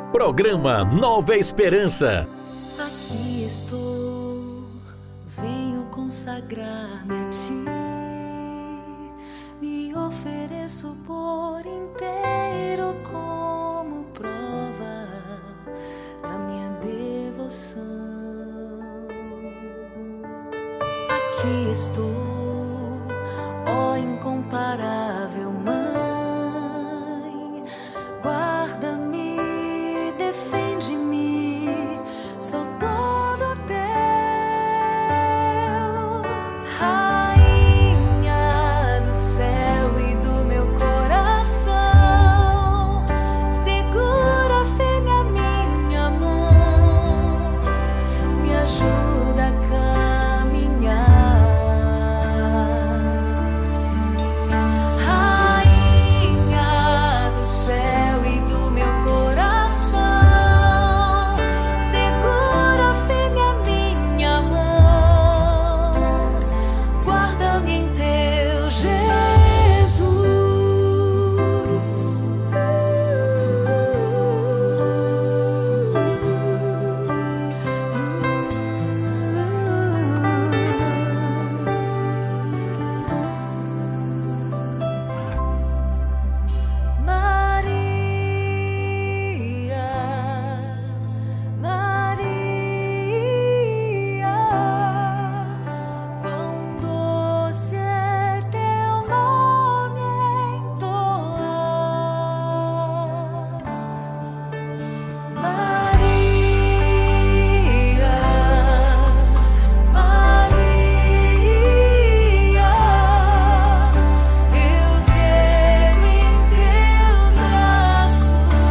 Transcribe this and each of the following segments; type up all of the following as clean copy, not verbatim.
Programa Nova Esperança. Aqui estou, venho consagrar-me a ti, me ofereço por inteiro como prova da minha devoção. Aqui estou, ó incomparável Mãe, guarda-me, defende-me, sou todo teu. Rainha do céu e do meu coração, segura firme a minha mão, me ajuda a caminhar. Rainha do céu e do meu coração, segura firme a minha mão, guarda-me em teu Jesus. Maria, quão doce é teu nome entoar. Maria, Maria, eu quero em teus braços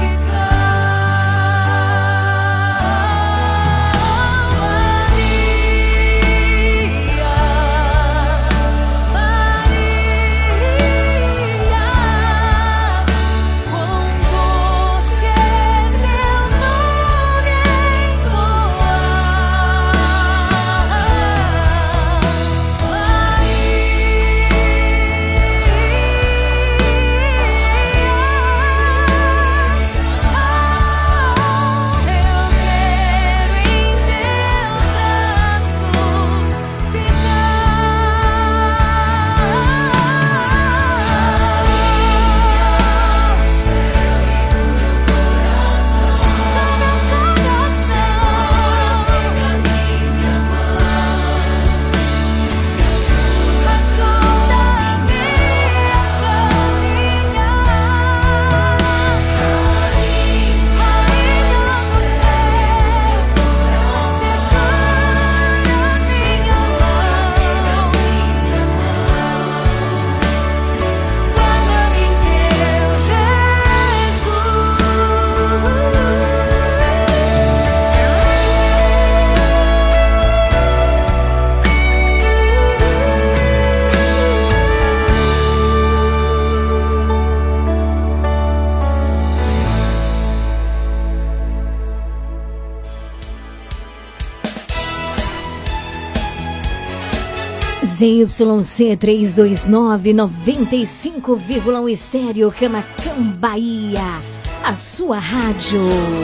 ZYC 329, 95,1 Estéreo Camaquã, Bahia, a sua rádio.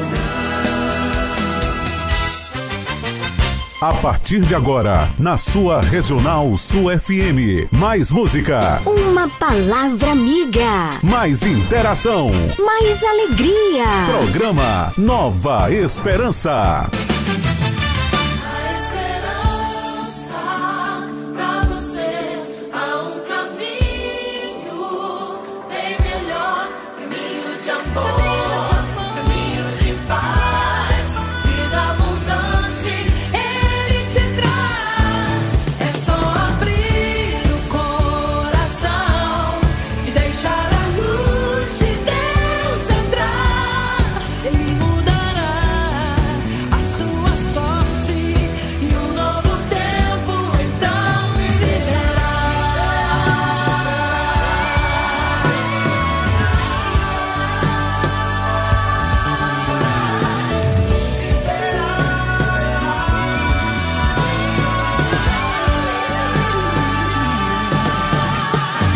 A partir de agora, na sua Regional Sul FM, mais música, Uma palavra amiga, mais interação, mais alegria. programa Nova Esperança. Pra você há um caminho bem melhor, caminho de amor, caminho de paz, vida abundante Ele te traz. É só abrir o coração e deixar a luz de Deus entrar. Ele mudará a sua sorte e um novo tempo então viverá.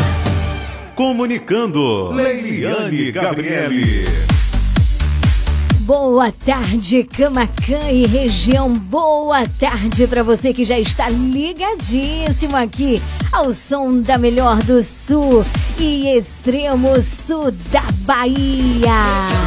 Comunicando, Leiliane Gabriele. Boa tarde, Camaquã e região. Boa tarde para você que já está ligadíssimo aqui ao som da melhor do sul e extremo sul da Bahia.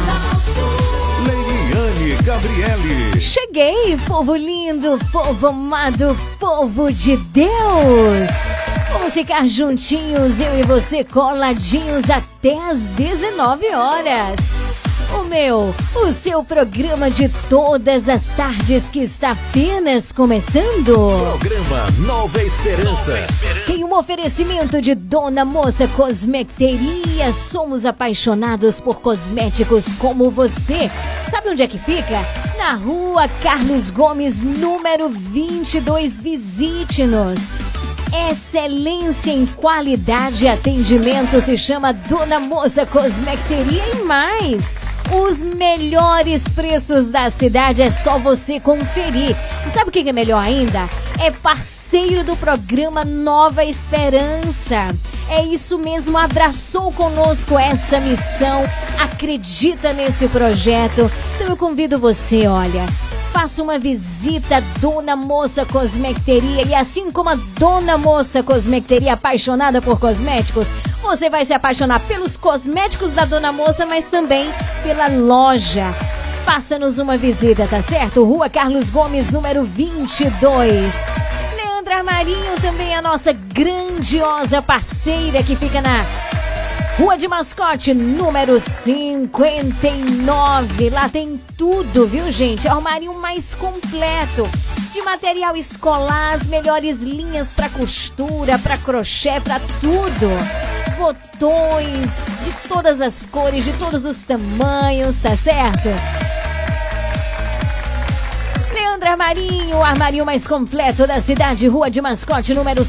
Leiliane Gabriele. Cheguei, povo lindo, povo amado, povo de Deus. Vamos ficar juntinhos, eu e você coladinhos até às 19 horas. O seu programa de todas as tardes que está apenas começando. Programa Nova Esperança. Tem um oferecimento de Dona Moça Cosmecteria. Somos apaixonados por cosméticos como você. Sabe onde é que fica? Na rua Carlos Gomes, número 22. Visite-nos. Excelência em qualidade e atendimento se chama Dona Moça Cosmecteria e mais. Os melhores preços da cidade, é só você conferir. E sabe o que é melhor ainda? É parceiro do programa Nova Esperança. É isso mesmo, abraçou conosco essa missão, acredita nesse projeto. Então eu convido você, olha, faça uma visita à Dona Moça Cosmecteria e assim como a Dona Moça Cosmecteria apaixonada por cosméticos, você vai se apaixonar pelos cosméticos da Dona Moça, mas também pela loja. Faça-nos uma visita, tá certo? Rua Carlos Gomes, número 22. Leandra Armarinho também é a nossa grandiosa parceira que fica na Rua de Mascote, número 59. Lá tem tudo, viu, gente? É o armário mais completo de material escolar, as melhores linhas para costura, para crochê, para tudo. Botões de todas as cores, de todos os tamanhos, tá certo? Leandra Armarinho, o armário mais completo da cidade, Rua de Mascote, número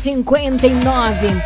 59.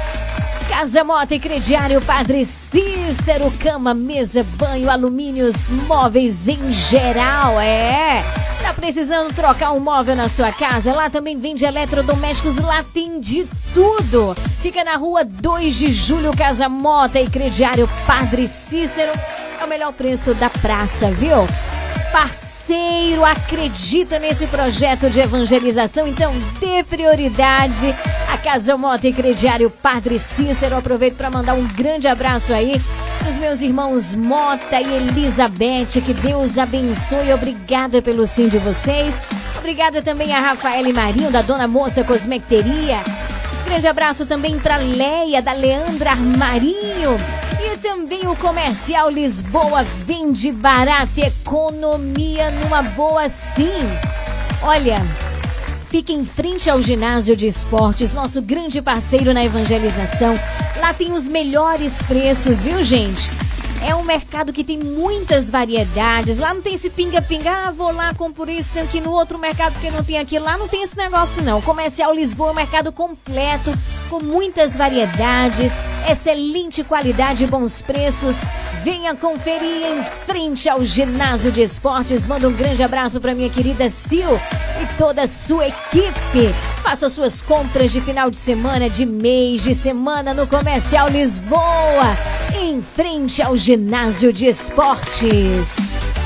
Casa Mota e Crediário Padre Cícero, cama, mesa, banho, alumínios, móveis em geral, Tá precisando trocar um móvel na sua casa? Lá também vende eletrodomésticos, lá tem de tudo. Fica na rua 2 de julho, Casa Mota e Crediário Padre Cícero. É o melhor preço da praça, viu? Parceiro, acredita nesse projeto de evangelização, então dê prioridade à Casa Mota e Crediário Padre Cícero. Aproveito para mandar um grande abraço aí para os meus irmãos Mota e Elizabeth, que Deus abençoe. Obrigada pelo sim de vocês. Obrigada também a Rafael e Marinho da Dona Moça Cosmecteria. Grande abraço também para Leia da Leandra Armarinho. E também o Comercial Lisboa, vende barato, economia numa boa sim. Olha, fica em frente ao ginásio de esportes, nosso grande parceiro na evangelização. Lá tem os melhores preços, viu, gente? É um mercado que tem muitas variedades. Lá não tem esse pinga-pinga, vou lá, compro isso, tenho que ir no outro mercado porque não tem aquilo. Lá não tem esse negócio, não. Comercial Lisboa é um mercado completo, com muitas variedades, excelente qualidade e bons preços. Venha conferir em frente ao ginásio de esportes. Manda um grande abraço para minha querida Sil e toda a sua equipe. Faça suas compras de final de semana, de mês, de semana no Comercial Lisboa, em frente ao ginásio de esportes.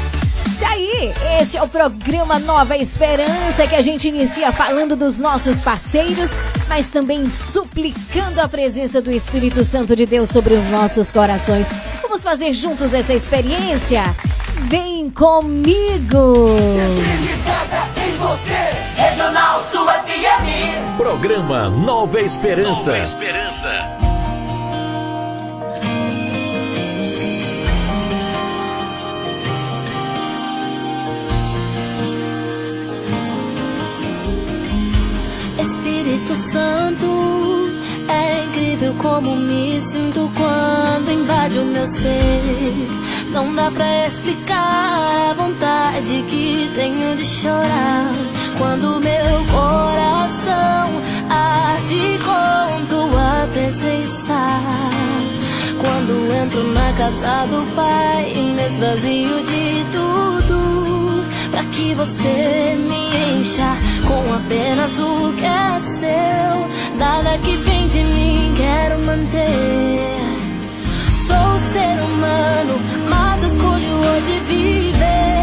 Daí, esse é o programa Nova Esperança, que a gente inicia falando dos nossos parceiros, mas também suplicando a presença do Espírito Santo de Deus sobre os nossos corações. Vamos fazer juntos essa experiência? Vem comigo! Em você, Regional Sul FM. Programa Nova Esperança. Nova Esperança. Espírito Santo, é incrível como me sinto quando invade o meu ser. Não dá pra explicar a vontade que tenho de chorar quando meu coração arde com tua presença. Quando entro na casa do Pai, me esvazio de tudo, pra que você me encha com apenas o que é seu. Nada que vem de mim quero manter. Sou ser humano, mas escolho hoje viver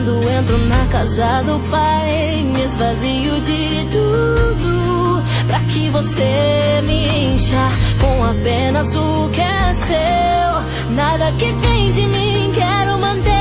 quando entro na casa do Pai, me esvazio de tudo, pra que você me encha com apenas o que é seu. Nada que vem de mim quero manter.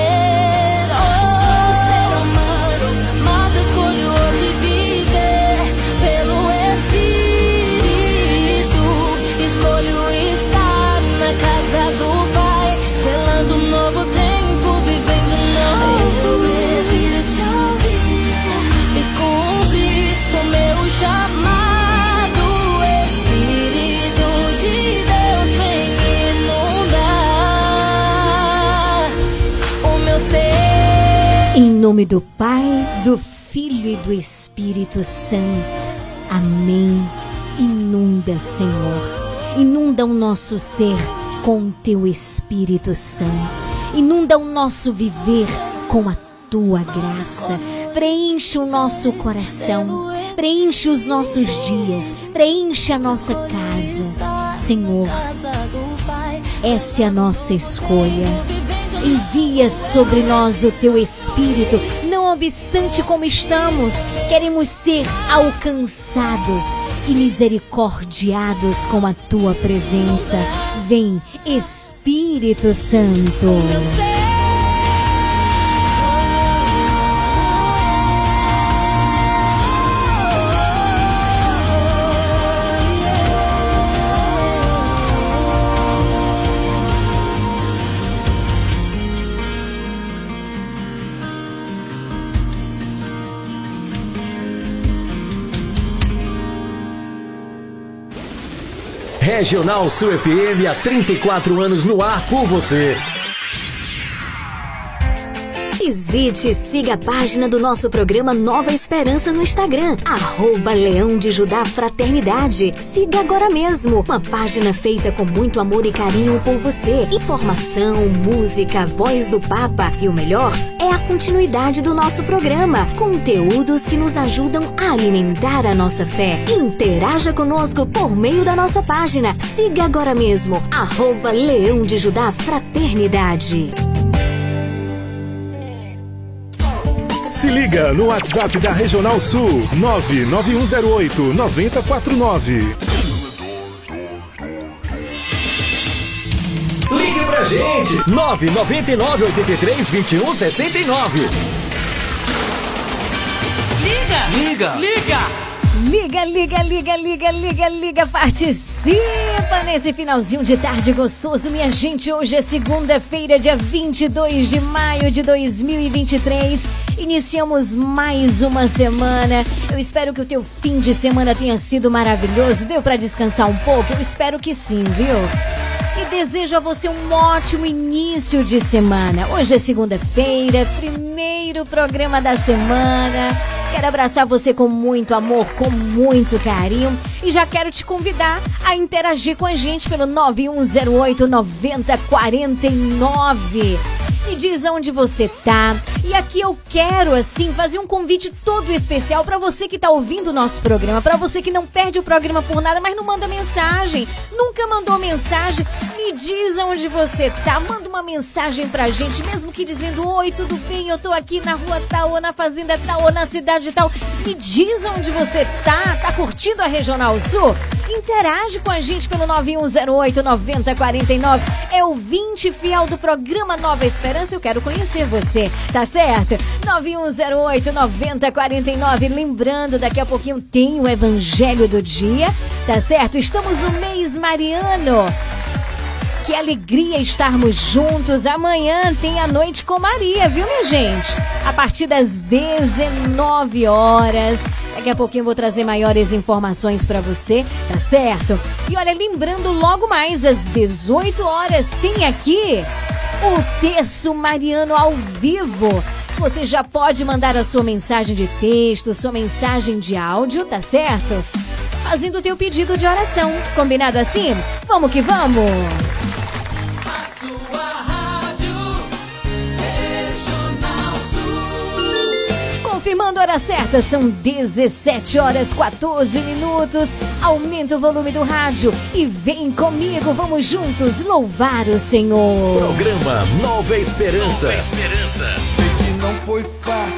Sou ser humano, mas escolho hoje viver pelo Espírito. Escolho estar na casa do Pai, selando um novo tempo, vivendo novo. Eu prefiro te ouvir e cumprir o meu chamado. Espírito de Deus, vem inundar o meu ser. Em nome do Pai, do Filho e do Espírito Santo. Amém. Inunda, Senhor. Inunda o nosso ser com o Teu Espírito Santo. Inunda o nosso viver com a Tua graça. Preenche o nosso coração. Preenche os nossos dias. Preenche a nossa casa. Senhor, essa é a nossa escolha. Envia sobre nós o Teu Espírito. Não obstante como estamos, queremos ser alcançados e misericordiados com a Tua presença. Vem, Espírito Santo. Regional Sul FM, há 34 anos no ar por você. Visite e siga a página do nosso programa Nova Esperança no Instagram, @Leão de Judá Fraternidade. Siga agora mesmo, uma página feita com muito amor e carinho por você. Informação, música, voz do Papa e o melhor é a continuidade do nosso programa. Conteúdos que nos ajudam a alimentar a nossa fé. Interaja conosco por meio da nossa página. Siga agora mesmo, @Leão de Judá Fraternidade. Se liga no WhatsApp da Regional Sul, 99108-9049. Ligue pra gente, 999-83-2169. Liga, participa nesse finalzinho de tarde gostoso, minha gente. Hoje é segunda-feira, dia 22 de maio de 2023. Iniciamos mais uma semana. Eu espero que o teu fim de semana tenha sido maravilhoso. Deu pra descansar um pouco? Eu espero que sim, viu? E desejo a você um ótimo início de semana. Hoje é segunda-feira, primeiro programa da semana. Quero abraçar você com muito amor, com muito carinho. E já quero te convidar a interagir com a gente pelo 9108-9049. Me diz onde você tá. E aqui eu quero, assim, fazer um convite todo especial para você que tá ouvindo o nosso programa, para você que não perde o programa por nada, mas não manda mensagem, nunca mandou mensagem. Me diz onde você tá, manda uma mensagem pra gente, mesmo que dizendo: oi, tudo bem, eu tô aqui na rua tal, ou na fazenda tal, ou na cidade tal. Me diz onde você tá curtindo a Regional Sul? Interage com a gente pelo 9108-9049. É o 20 fiel do programa Nova Esperança. Eu quero conhecer você, tá certo? 9108-9049. Lembrando, daqui a pouquinho tem o Evangelho do Dia, tá certo? Estamos no mês mariano. Que alegria estarmos juntos. Amanhã tem a Noite com Maria, viu, minha gente? A partir das 19 horas. Daqui a pouquinho eu vou trazer maiores informações pra você, tá certo? E olha, lembrando, logo mais às 18 horas tem aqui o Terço Mariano ao vivo. Você já pode mandar a sua mensagem de texto, sua mensagem de áudio, tá certo? Fazendo o teu pedido de oração. Combinado assim? Vamos que vamos! Confirmando a hora certa, são 17 horas 14 minutos. Aumenta o volume do rádio e vem comigo, vamos juntos louvar o Senhor. Programa Nova Esperança. Nova Esperança. Sei que não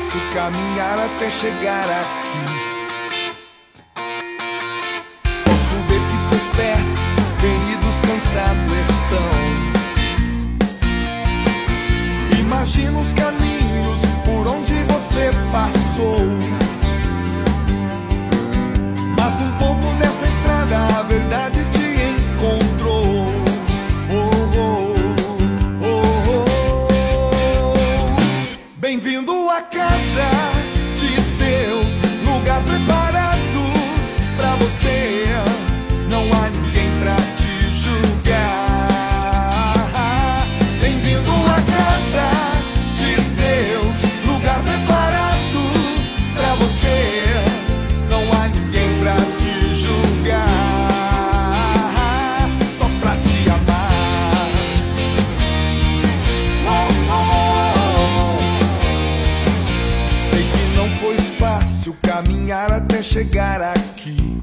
fácil caminhar até chegar aqui. Posso ver que seus pés feridos, cansados estão. Imagino os caminhos por onde você passou. Mas num ponto dessa estrada a verdade te encontrou. Bem-vindo à casa de Deus, lugar preparado pra você. Não há ninguém pra te julgar. Bem-vindo à casa de Deus, lugar preparado pra você. Não há ninguém pra te julgar, só pra te amar. Sei que não foi fácil caminhar até chegar aqui.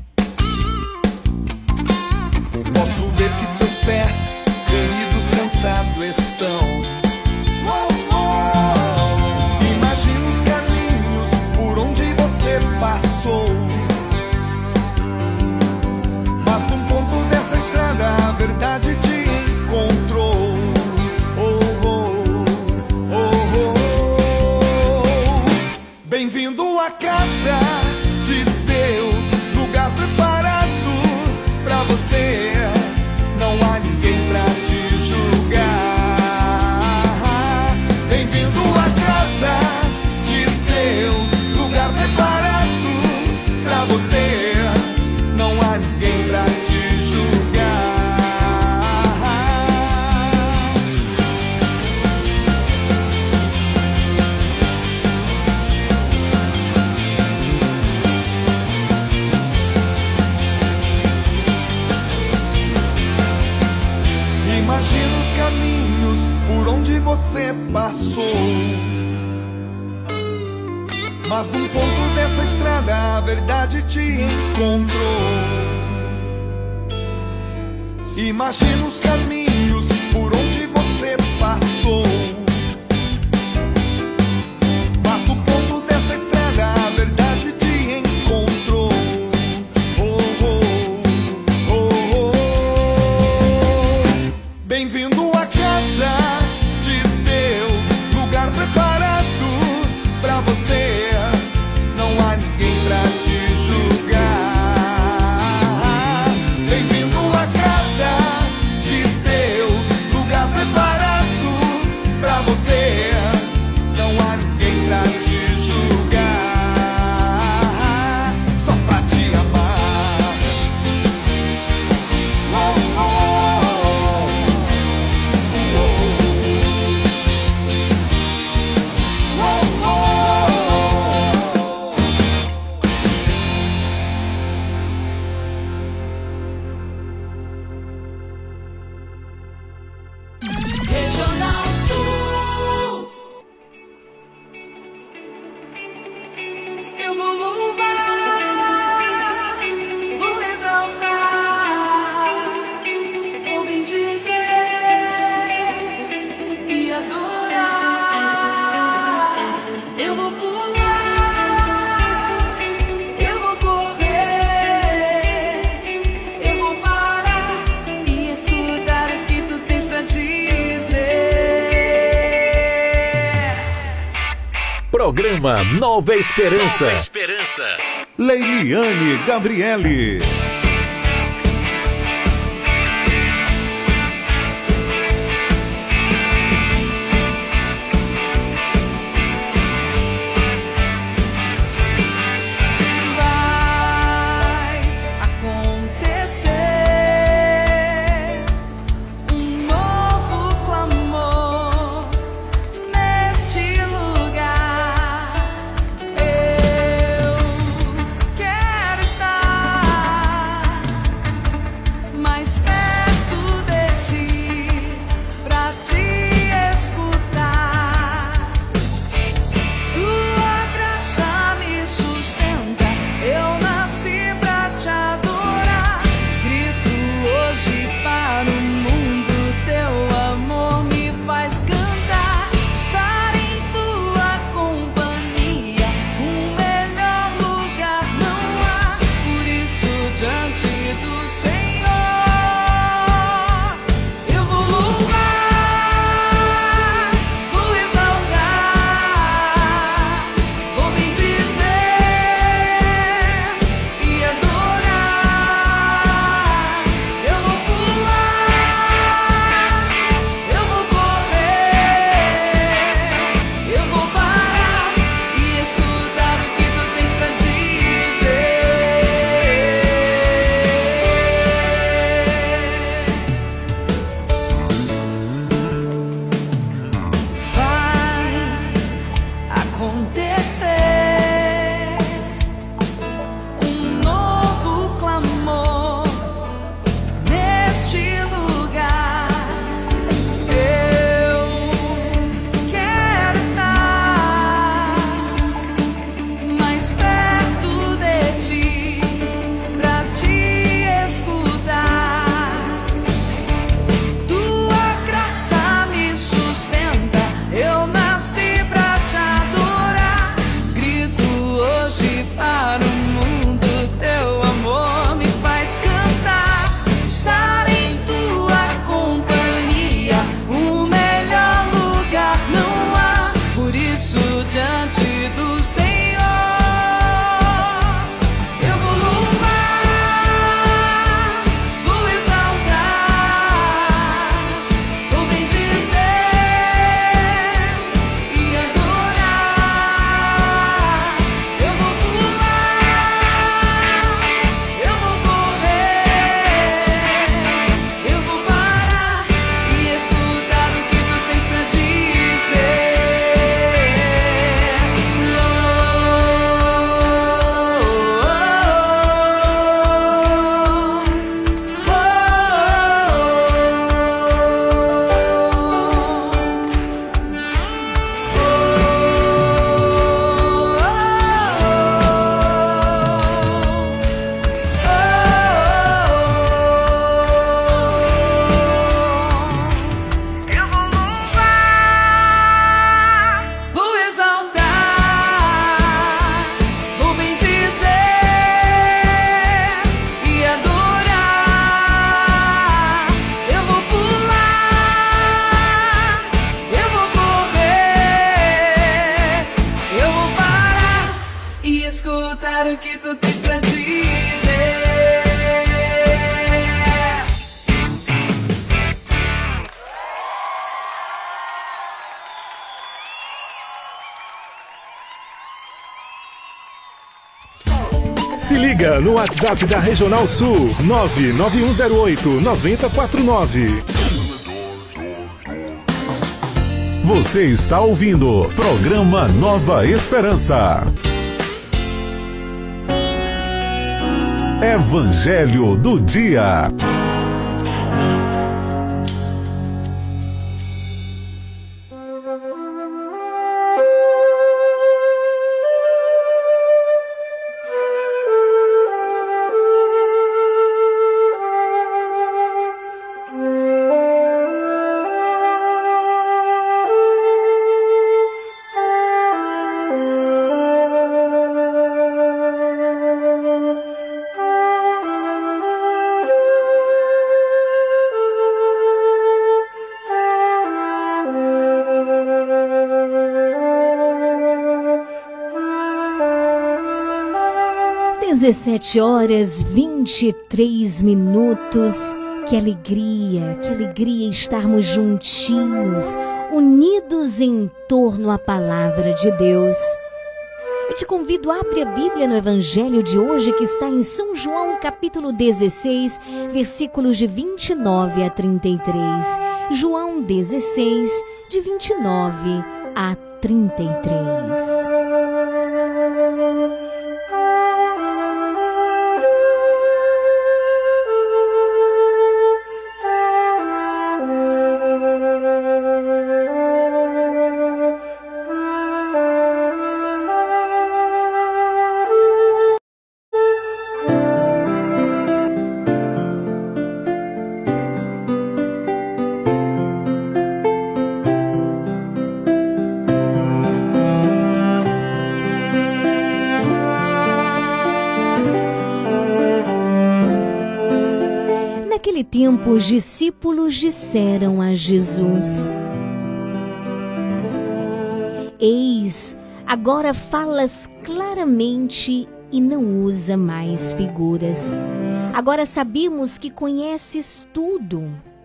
Posso ver que seus pés feridos, cansados estão. Imagina os caminhos por onde você passou. Mas num ponto dessa estrada a verdade te encontrou. Bem-vindo à casa de Deus, lugar preparado pra você. Não há ninguém pra te julgar. Bem-vindo à casa de Deus, lugar preparado pra você. Não há ninguém pra te julgar. Imagina os caminhos por onde você passou. Mas num ponto dessa estrada a verdade te encontrou. Imagina os caminhos por onde você passou. Mas no ponto dessa estrada a verdade te encontrou. Bem-vindo à casa de Deus, lugar preparado pra você. Não há ninguém pra te julgar. Bem-vindo à casa de Deus, lugar preparado pra você. Não há ninguém pra te julgar, só pra te amar. Regional Sul. Eu vou louvar, vou exaltar, vou bendizer e adorar. Eu vou pular, eu vou correr, eu vou parar e escutar o que tu tens pra dizer. Programa Nova Esperança. Nova Esperança. Leiliane Gabriele. Vai acontecer um novo clamor neste lugar. Eu quero estar diante do Senhor. Eu vou louvar, vou exaltar, vou bendizer e adorar. Eu vou pular, eu vou correr, eu vou parar e escutar o que tu tens pra dizer. Vai acontecer um novo clamor neste lugar. Eu quero estar mais perto de ti, pra te escutar. Tua graça me sustenta, eu nasci pra te adorar. Grito hoje para o mundo, teu amor me faz cantar. Estar em tua companhia, o melhor lugar não há. Por isso, diante do Senhor, eu vou louvar, vou exaltar, vou bendizer e adorar. Eu vou pular, eu vou correr, eu vou parar e escutar o que tu tens pra dizer. Eu vou louvar, vou exaltar, vou bendizer e adorar. Eu vou pular, eu vou correr, eu vou parar e escutar o que tu tens pra dizer. Se liga no WhatsApp da Regional Sul 99108-9049. Você está ouvindo programa Nova Esperança. Evangelho do Dia. Dezessete horas 23 minutos. Que alegria estarmos juntinhos, unidos em torno à palavra de Deus. Eu te convido a abrir a Bíblia no Evangelho de hoje, que está em São João, capítulo 16, versículos de 29 a 33. João 16, de 29 a 33. Naquele tempo, os discípulos disseram a Jesus: Eis, agora falas claramente e não usa mais figuras. Agora sabemos que conheces tudo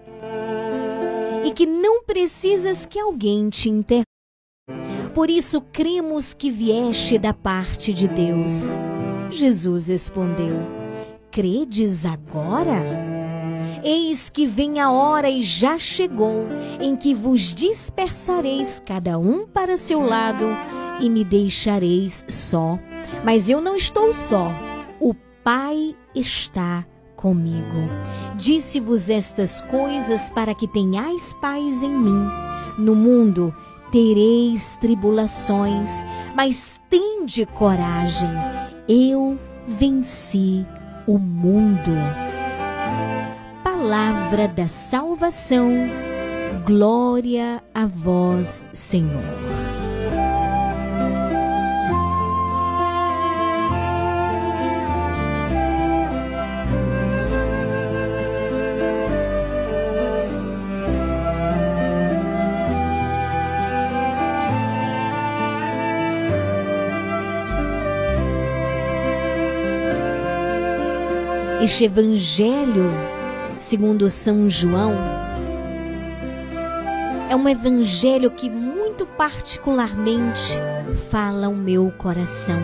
e que não precisas que alguém te interrompa. Por isso cremos que vieste da parte de Deus. Jesus respondeu: Credes agora? Eis que vem a hora e já chegou, em que vos dispersareis cada um para seu lado e me deixareis só. Mas eu não estou só, o Pai está comigo. Disse-vos estas coisas para que tenhais paz em mim. No mundo tereis tribulações, mas tende coragem. Eu venci o mundo. Palavra da salvação. Glória a vós, Senhor. Este evangelho, segundo São João, é um evangelho que muito particularmente fala ao meu coração.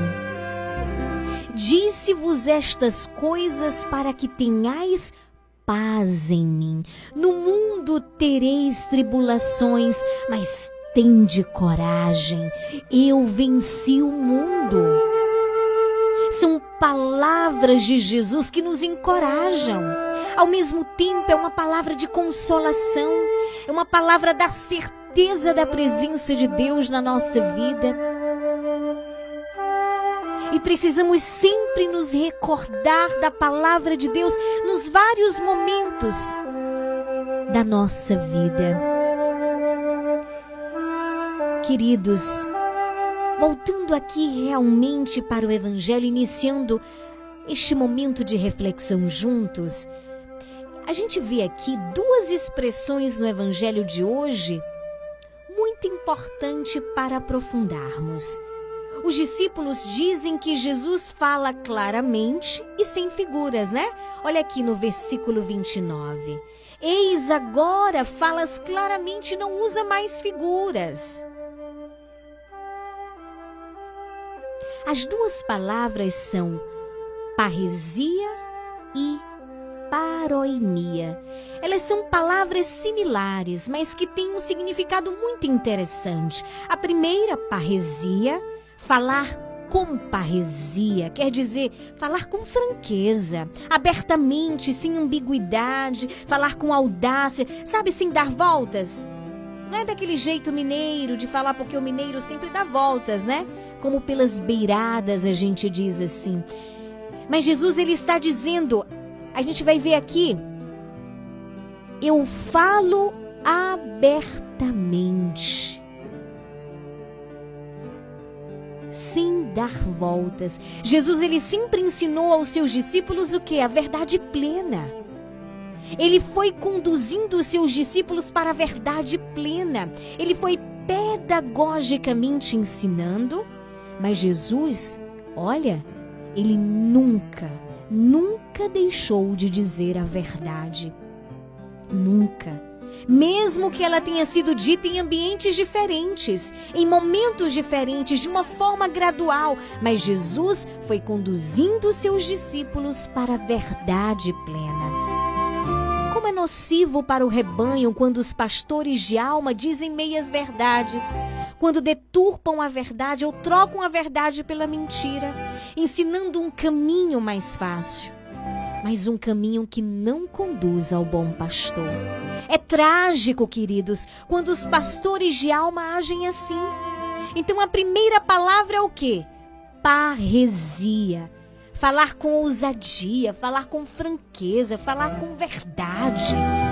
Disse-vos estas coisas para que tenhais paz em mim. No mundo tereis tribulações, mas tende coragem. Eu venci o mundo. São palavras de Jesus que nos encorajam. Ao mesmo tempo, é uma palavra de consolação. É uma palavra da certeza da presença de Deus na nossa vida. E precisamos sempre nos recordar da palavra de Deus nos vários momentos da nossa vida. Queridos, voltando aqui realmente para o Evangelho, iniciando este momento de reflexão juntos, a gente vê aqui duas expressões no Evangelho de hoje muito importante para aprofundarmos. Os discípulos dizem que Jesus fala claramente e sem figuras, né? Olha aqui no versículo 29. Eis agora falas claramente e não usa mais figuras. As duas palavras são parresia e paroimia. Elas são palavras similares, mas que têm um significado muito interessante. A primeira, parresia, falar com parresia, quer dizer, falar com franqueza, abertamente, sem ambiguidade, falar com audácia, sabe, sem dar voltas. Não é daquele jeito mineiro de falar, porque o mineiro sempre dá voltas, né? Como pelas beiradas, a gente diz assim. Mas Jesus, ele está dizendo, a gente vai ver aqui, eu falo abertamente, sem dar voltas. Jesus, ele sempre ensinou aos seus discípulos o quê? A verdade plena. Ele foi conduzindo os seus discípulos para a verdade plena. Ele foi pedagogicamente ensinando, mas Jesus, olha, ele nunca deixou de dizer a verdade. Nunca. Mesmo que ela tenha sido dita em ambientes diferentes, em momentos diferentes, de uma forma gradual, mas Jesus foi conduzindo os seus discípulos para a verdade plena. Como é nocivo para o rebanho quando os pastores de alma dizem meias verdades, quando deturpam a verdade ou trocam a verdade pela mentira, ensinando um caminho mais fácil, mas um caminho que não conduz ao bom pastor. É trágico, queridos, quando os pastores de alma agem assim. Então a primeira palavra é o quê? Parresia. Falar com ousadia, falar com franqueza, falar com verdade.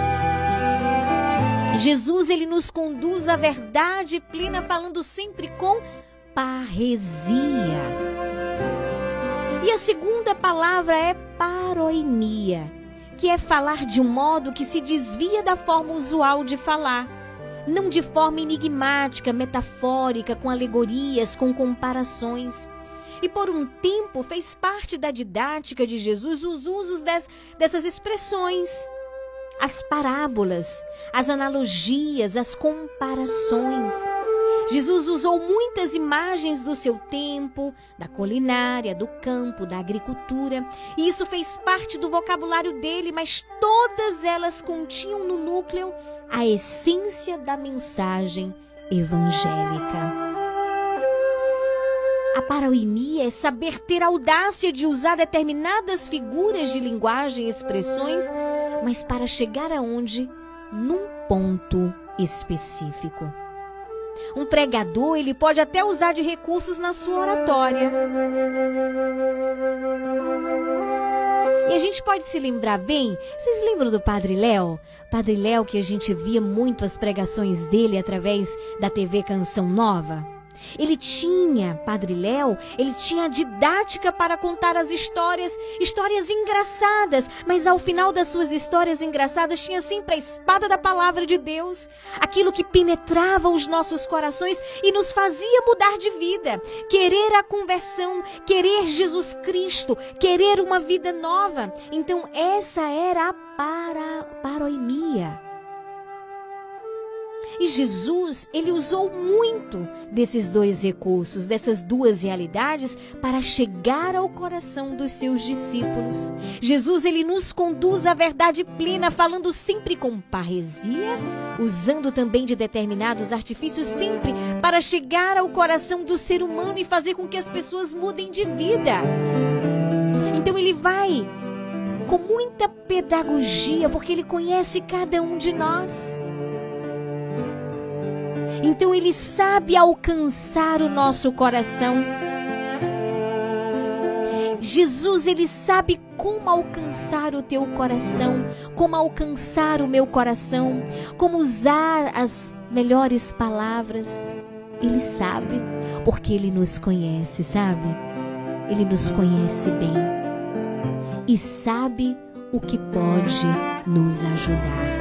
Jesus, ele nos conduz à verdade plena, falando sempre com parresia. E a segunda palavra é paroimia, que é falar de um modo que se desvia da forma usual de falar, não de forma enigmática, metafórica, com alegorias, com comparações. E por um tempo fez parte da didática de Jesus os usos dessas expressões, as parábolas, as analogias, as comparações. Jesus usou muitas imagens do seu tempo, da culinária, do campo, da agricultura, e isso fez parte do vocabulário dele, mas todas elas continham no núcleo a essência da mensagem evangélica. A paroimia é saber ter audácia de usar determinadas figuras de linguagem e expressões, mas para chegar aonde? Num ponto específico. Um pregador, ele pode até usar de recursos na sua oratória. E a gente pode se lembrar bem, vocês lembram do Padre Léo? Padre Léo, que a gente via muito as pregações dele através da TV Canção Nova. Padre Léo, ele tinha a didática para contar as histórias engraçadas, mas ao final das suas histórias engraçadas tinha sempre a espada da palavra de Deus, aquilo que penetrava os nossos corações e nos fazia mudar de vida, querer a conversão, querer Jesus Cristo, querer uma vida nova. Então essa era a paroimia. E Jesus, ele usou muito desses dois recursos, dessas duas realidades, para chegar ao coração dos seus discípulos. Jesus, ele nos conduz à verdade plena, falando sempre com parresia, usando também de determinados artifícios, sempre para chegar ao coração do ser humano e fazer com que as pessoas mudem de vida. Então ele vai com muita pedagogia, porque ele conhece cada um de nós. Então ele sabe alcançar o nosso coração. Jesus, ele sabe como alcançar o teu coração, como alcançar o meu coração, como usar as melhores palavras. Ele sabe, porque ele nos conhece, sabe? Ele nos conhece bem e sabe o que pode nos ajudar.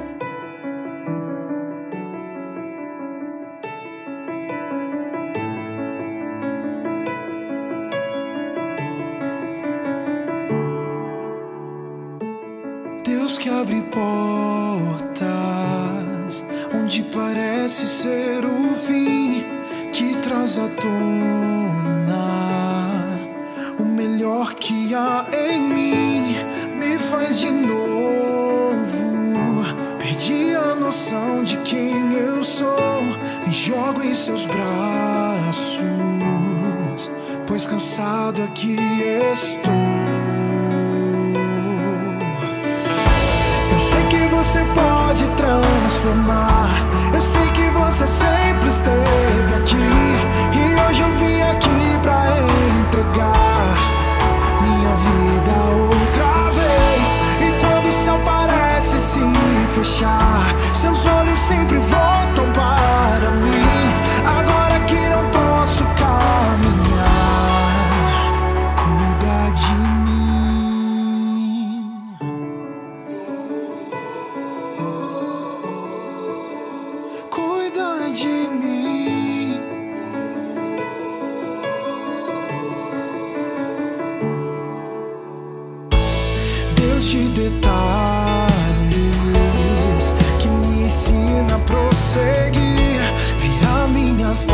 Que abre portas onde parece ser o fim, que traz à tona o melhor que há em mim, me faz de novo. Perdi a noção de quem eu sou, me jogo em seus braços, pois cansado aqui estou. Eu sei que você pode transformar, eu sei que você sempre esteve aqui, e hoje eu vim aqui pra entregar minha vida outra vez. E quando o céu parece se fechar, seus olhos sempre voltam para mim. Agora que não posso caminhar, cuida de mim. De detalhes que me ensina a prosseguir, virar minhas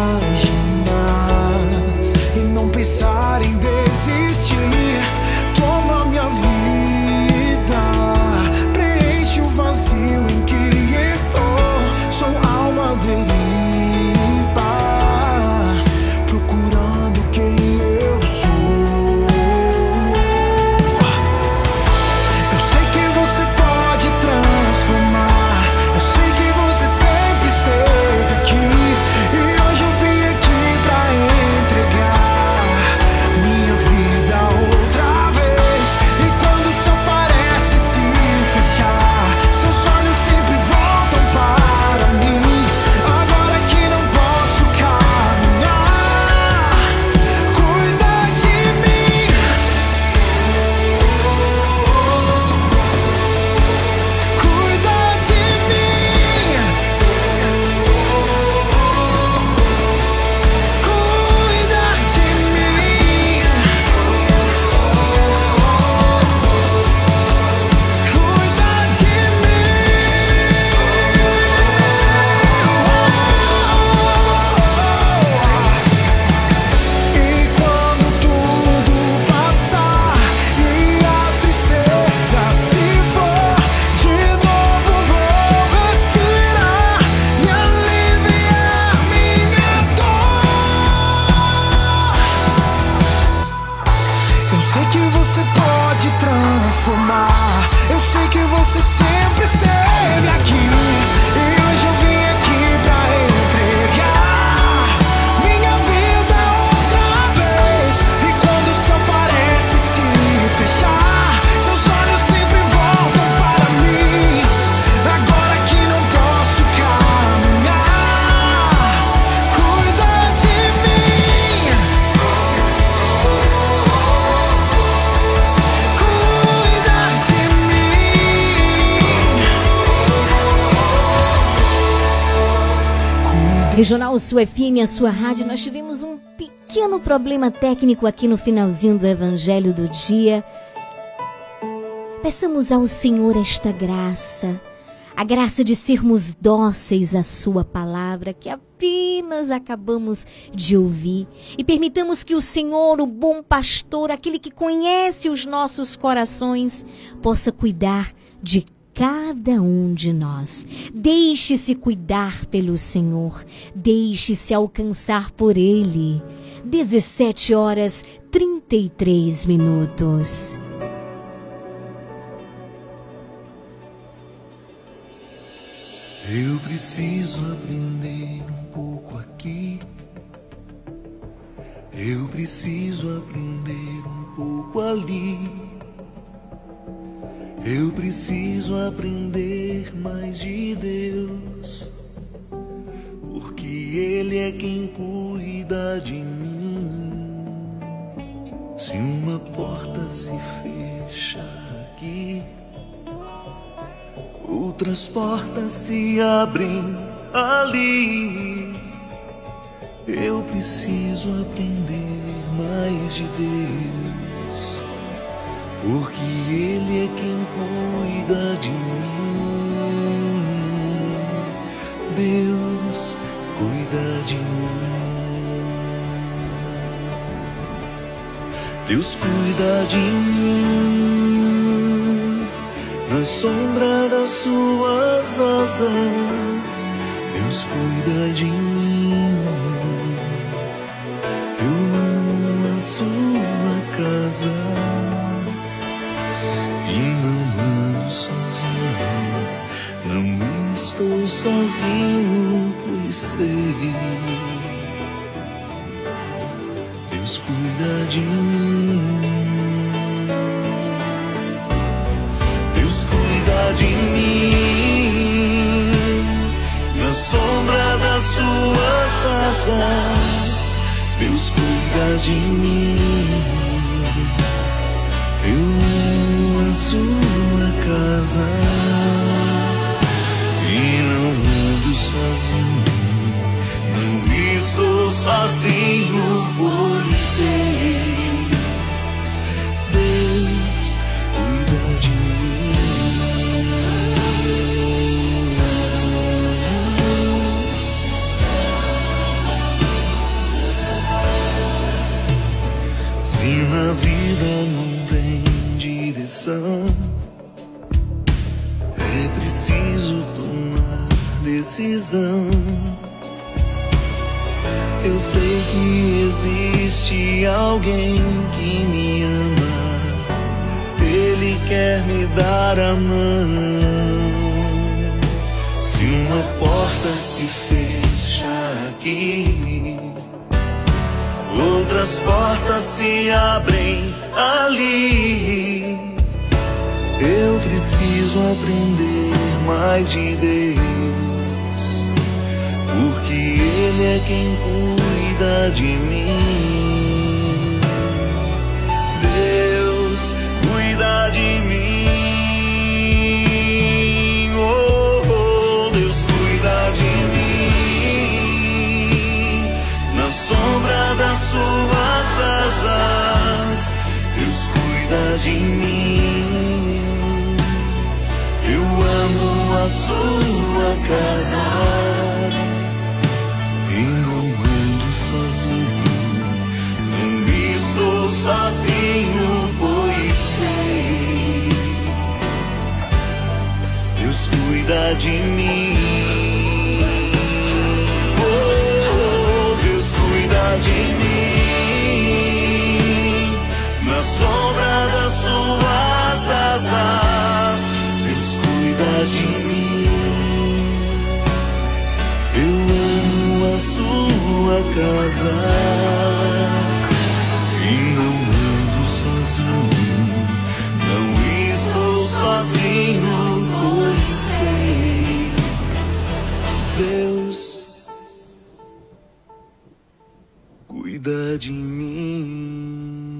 páginas e não pensar em desistir. Toma minha vida, preenche o vazio em que estou. Sou alma deriva, procurando quem eu sou. Outra sei que você sempre esteve aqui. E hoje eu vim aqui pra entregar minha vida outra vez. E quando o céu parece se fechar, seus olhos sempre voltam para mim. Agora que não posso caminhar, cuida de mim. Cuida de mim. Regional Sul FM, a sua rádio, nós tivemos um pequeno problema técnico aqui no finalzinho do Evangelho do Dia. Peçamos ao Senhor esta graça, a graça de sermos dóceis à sua palavra, que apenas acabamos de ouvir. E permitamos que o Senhor, o bom pastor, aquele que conhece os nossos corações, possa cuidar de cada um de nós. Deixe-se cuidar pelo Senhor, deixe-se alcançar por Ele. 17h33. Eu preciso aprender um pouco aqui. Eu preciso aprender um pouco ali. Eu preciso aprender mais de Deus, porque Ele é quem cuida de mim. Se uma porta se fecha aqui, outras portas se abrem ali. Eu preciso aprender mais de Deus, porque Ele é quem cuida de mim. Deus cuida de mim. Deus cuida de mim. Na sombra das suas asas, Deus cuida de mim. Eu amo a sua casa e não ando sozinho. Não estou sozinho, pois sei. Deus cuida de mim. De mim, na sombra das suas asas, Deus cuida de mim. Eu amo a sua casa e não ando sozinho. Não estou sozinho, pois sei. Deus cuida de mim. Se na vida não tem direção, é preciso tomar decisão. Eu sei que existe alguém que me ama, Ele quer me dar a mão. Se uma porta se fecha aqui, outras portas se abrem ali. Eu preciso aprender mais de Deus, porque Ele é quem cuida de mim. Deus cuida de mim. Oh, oh, Deus cuida de mim. Na sombra das suas asas, Deus cuida de mim. Eu amo a sua casa e não ando sozinho. Não estou sozinho, pois sei. Deus cuida de mim. De mim, na sombra das suas asas, sozinho comecei. Deus, cuida de mim.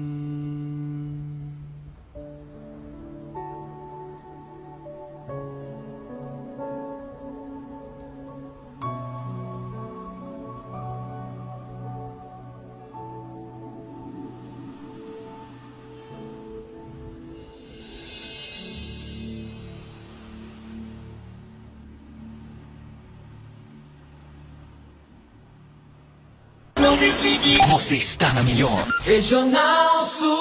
Não desligue. Você está na melhor. Regional Sul.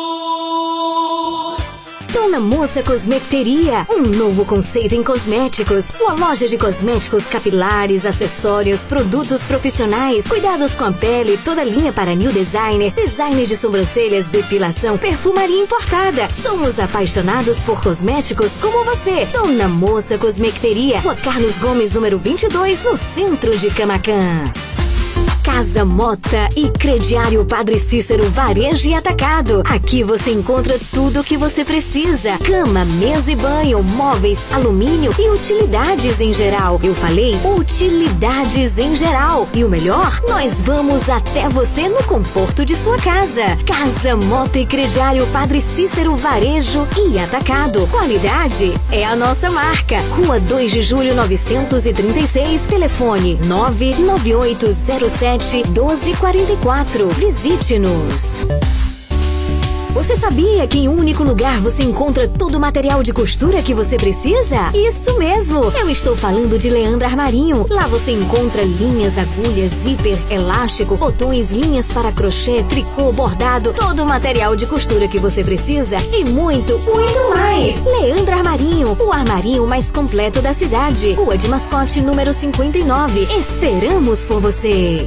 Dona Moça Cosmecteria, um novo conceito em cosméticos. Sua loja de cosméticos capilares, acessórios, produtos profissionais, cuidados com a pele, toda linha para new designer, design de sobrancelhas, depilação, perfumaria importada. Somos apaixonados por cosméticos como você. Dona Moça Cosmecteria, Rua Carlos Gomes, número 22, no centro de Camaquã. Casa Mota e Crediário Padre Cícero Varejo e Atacado. Aqui você encontra tudo o que você precisa. Cama, mesa e banho, móveis, alumínio e utilidades em geral. Eu falei utilidades em geral. E o melhor, nós vamos até você no conforto de sua casa. Casa Mota e Crediário Padre Cícero Varejo e Atacado. Qualidade é a nossa marca. Rua 2 de Julho 936. Telefone 99807 1244. Visite-nos. Você sabia que em um único lugar você encontra todo o material de costura que você precisa? Isso mesmo! Eu estou falando de Leandro Armarinho. Lá você encontra linhas, agulhas, zíper, elástico, botões, linhas para crochê, tricô, bordado, todo o material de costura que você precisa e muito, muito mais! Leandro Armarinho, o armarinho mais completo da cidade. Rua de Mascote, número 59. Esperamos por você!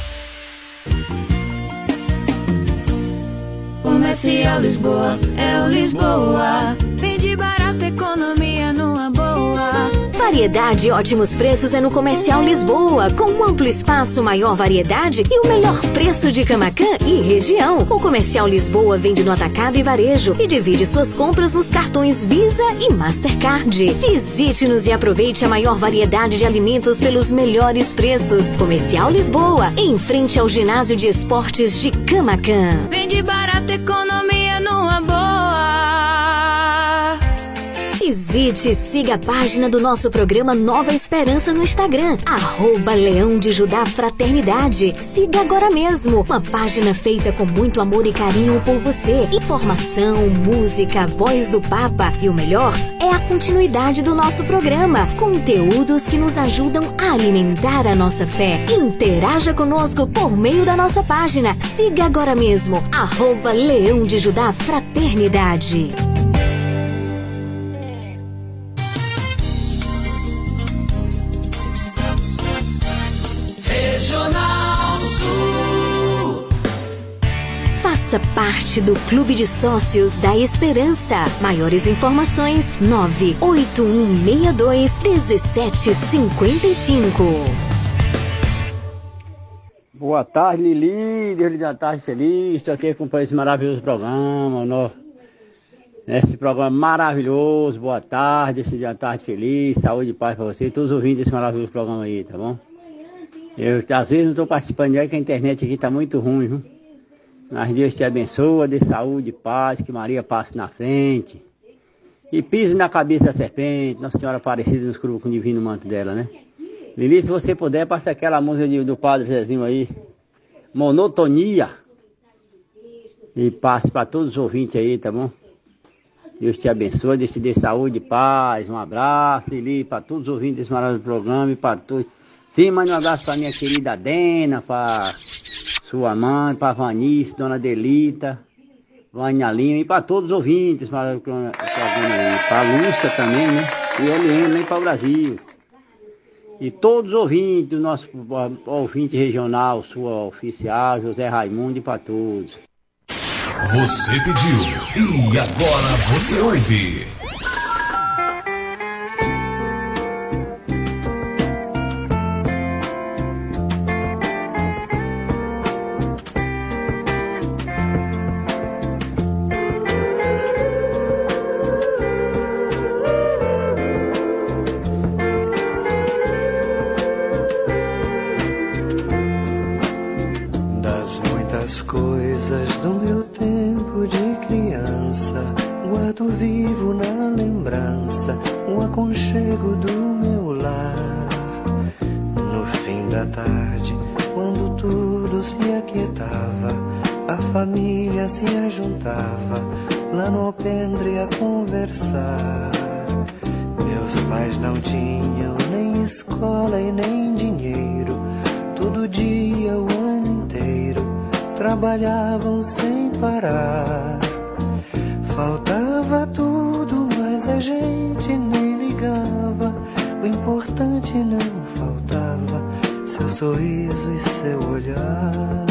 Comercial Lisboa, é o Lisboa. Vende barato, economia numa boa. Variedade e ótimos preços é no Comercial Lisboa, com um amplo espaço, maior variedade e o melhor preço de Camaquã e região. O Comercial Lisboa vende no atacado e varejo e divide suas compras nos cartões Visa e Mastercard. Visite-nos e aproveite a maior variedade de alimentos pelos melhores preços. Comercial Lisboa, em frente ao Ginásio de Esportes de Camaquã. Vende barato, economia numa boa. Visite e siga a página do nosso programa Nova Esperança no Instagram, @Leão de Judá Fraternidade. Siga agora mesmo, uma página feita com muito amor e carinho por você. Informação, música, voz do Papa e o melhor é a continuidade do nosso programa. Conteúdos que nos ajudam a alimentar a nossa fé. Interaja conosco por meio da nossa página. Siga agora mesmo, @Leão de Judá Fraternidade. Regional Sul. Faça parte do Clube de Sócios da Esperança. Maiores informações 981621755. Boa tarde, Lili. Deus lhe dê uma tarde feliz. Estou aqui acompanhando esse maravilhoso programa. Esse programa maravilhoso. Boa tarde. Esse dia uma tarde feliz. Saúde e paz para você. Todos ouvindo esse maravilhoso programa aí, tá bom? Eu às vezes não estou participando de que a internet aqui está muito ruim, viu? Mas Deus te abençoa, dê saúde e paz, que Maria passe na frente. E pise na cabeça da serpente, Nossa Senhora Aparecida nos cruza com o divino manto dela, né? Lili, se você puder, passa aquela música do Padre Zezinho aí, Monotonia. E passe para todos os ouvintes aí, tá bom? Deus te abençoe, Deus te dê saúde e paz. Um abraço, Lili, para todos os ouvintes desse maravilhoso programa e para todos. Sim, mande um abraço para minha querida Dena, para sua mãe, para Vanice, Dona Delita, Vânia Lima e para todos os ouvintes, para a Lúcia também, né? E a Helena, e para o Brasil. E todos os ouvintes do nosso ouvinte regional, sua oficial, José Raimundo, e para todos. Você pediu e agora você ouve. vivo na lembrança o aconchego do meu lar. No fim da tarde, quando tudo se aquietava, a família se ajuntava lá no alpendre a conversar. Meus pais não tinham nem escola e nem dinheiro. Todo dia, o ano inteiro, trabalhavam sem parar. Faltava tudo, mas a gente nem ligava. O importante não faltava, seu sorriso e seu olhar.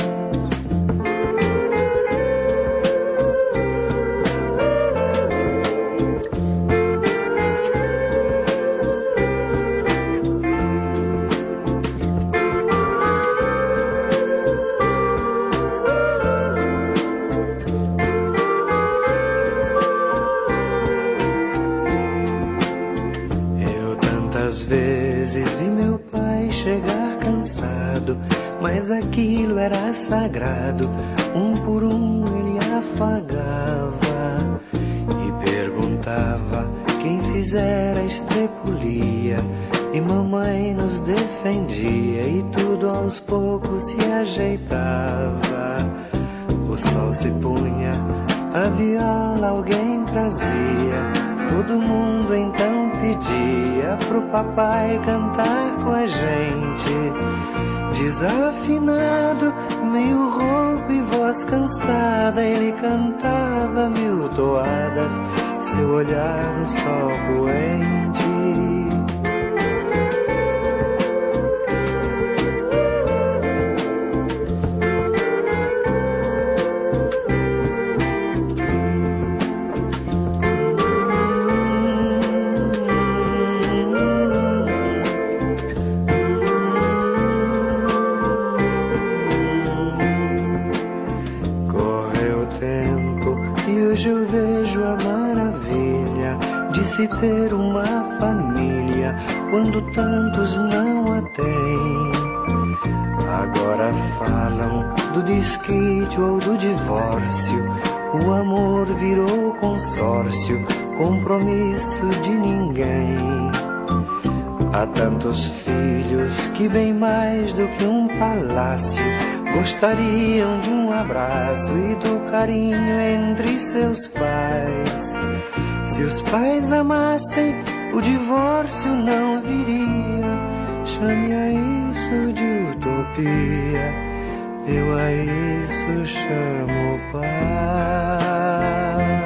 Vezes vi meu pai chegar cansado, mas aquilo era sagrado. Um por um ele afagava e perguntava quem fizera a estrepulia. E mamãe nos defendia e tudo aos poucos se ajeitava. O sol se punha, a viola alguém trazia. Todo mundo então pedia pro papai cantar com a gente. Desafinado, meio rouco e voz cansada, ele cantava 1000 toadas, seu olhar no sol poente. Se ter uma família quando tantos não a têm. Agora falam do desquite ou do divórcio. O amor virou consórcio, compromisso de ninguém. Há tantos filhos que bem mais do que um palácio gostariam de um abraço e do carinho entre seus pais. Se os pais amassem, o divórcio não viria. Chame a isso de utopia, eu a isso chamo paz.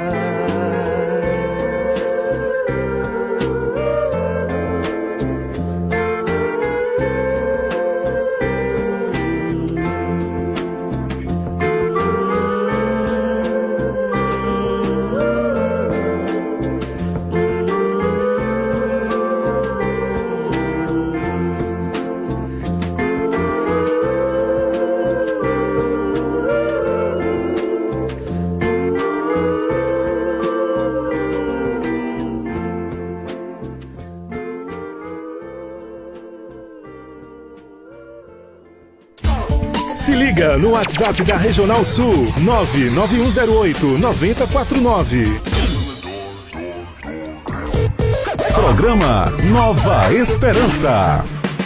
Se liga no WhatsApp da Regional Sul, 99108-9049. Programa Nova Esperança.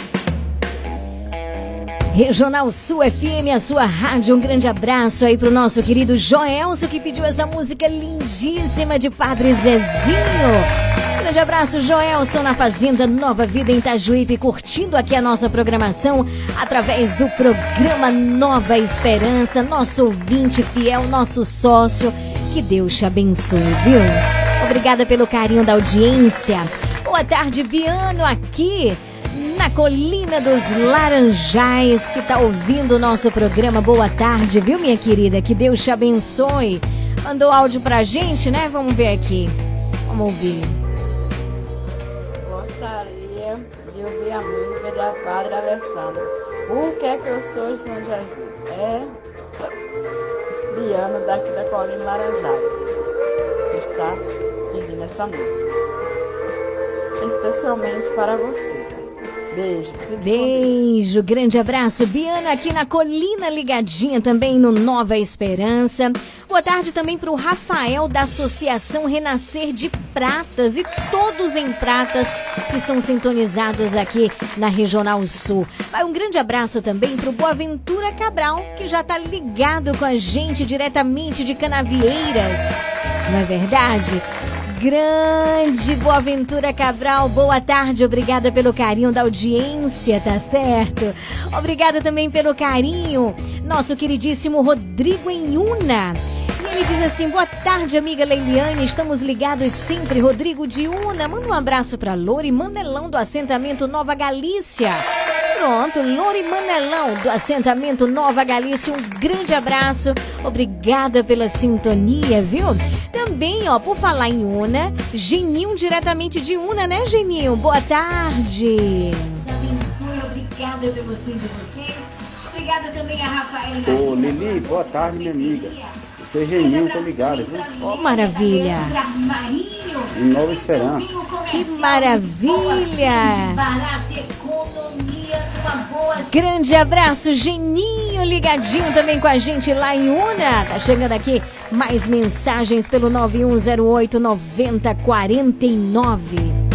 Regional Sul FM, a sua rádio. Um grande abraço aí pro nosso querido Joelso, que pediu essa música lindíssima de Padre Zezinho. Grande abraço, Joelson, na Fazenda Nova Vida em Itajuípe, curtindo aqui a nossa programação através do programa Nova Esperança. Nosso ouvinte fiel, nosso sócio, que Deus te abençoe, viu? Obrigada pelo carinho da audiência. Boa tarde, Biano, aqui na Colina dos Laranjais, que tá ouvindo o nosso programa. Boa tarde, viu, minha querida? Que Deus te abençoe. Mandou áudio pra gente, né? Vamos ver aqui. Vamos ouvir. Gostaria de ouvir a música da Padre Alessandro. O que é que eu sou, Senhor Jesus? É Diana, daqui da Colina Laranjais, que está pedindo essa música. Especialmente para você. Beijo. Beijo, grande abraço. Biana aqui na Colina, ligadinha também no Nova Esperança. Boa tarde também para o Rafael da Associação Renascer de Pratas e todos em Pratas que estão sintonizados aqui na Regional Sul. Vai um grande abraço também para o Boaventura Cabral, que já está ligado com a gente diretamente de Canavieiras. Não é verdade? Grande Boaventura Cabral, boa tarde, obrigada pelo carinho da audiência, tá certo? Obrigada também pelo carinho, nosso queridíssimo Rodrigo Enhuna. E ele diz assim, boa tarde, amiga Leiliane, estamos ligados sempre, Rodrigo de Una. Manda um abraço pra Lori Manelão do assentamento Nova Galícia. Pronto, Lori Manelão do assentamento Nova Galícia, um grande abraço, obrigada pela sintonia, viu? Também, ó, por falar em Una, Geninho diretamente de Una, né, Geninho? Boa tarde. Deus abençoe, obrigada pelo sim de vocês, obrigada também a Rafael. Ô, Lili, boa tarde, minha amiga. Você é Geninho, tô ligado, viu? Oh, maravilha. Em Nova Esperança. Que maravilha. Grande abraço, Geninho, ligadinho também com a gente lá em Una. Tá chegando aqui mais mensagens pelo 9108-9049.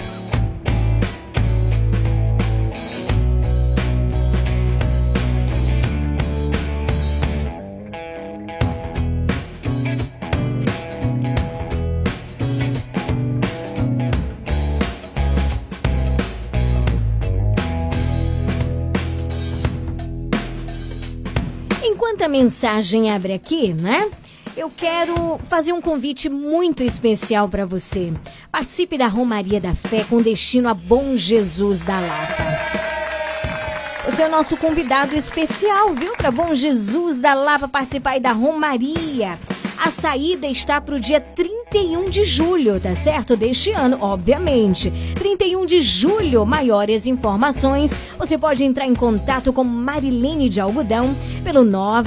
Enquanto a mensagem abre aqui, né? Eu quero fazer um convite muito especial para você. Participe da Romaria da Fé com destino a Bom Jesus da Lapa. Você é o nosso convidado especial, viu? Para Bom Jesus da Lapa participar aí da Romaria. A saída está para o dia 31 de julho, tá certo? Deste ano, obviamente. 31 de julho, maiores informações, você pode entrar em contato com Marilene de Algodão pelo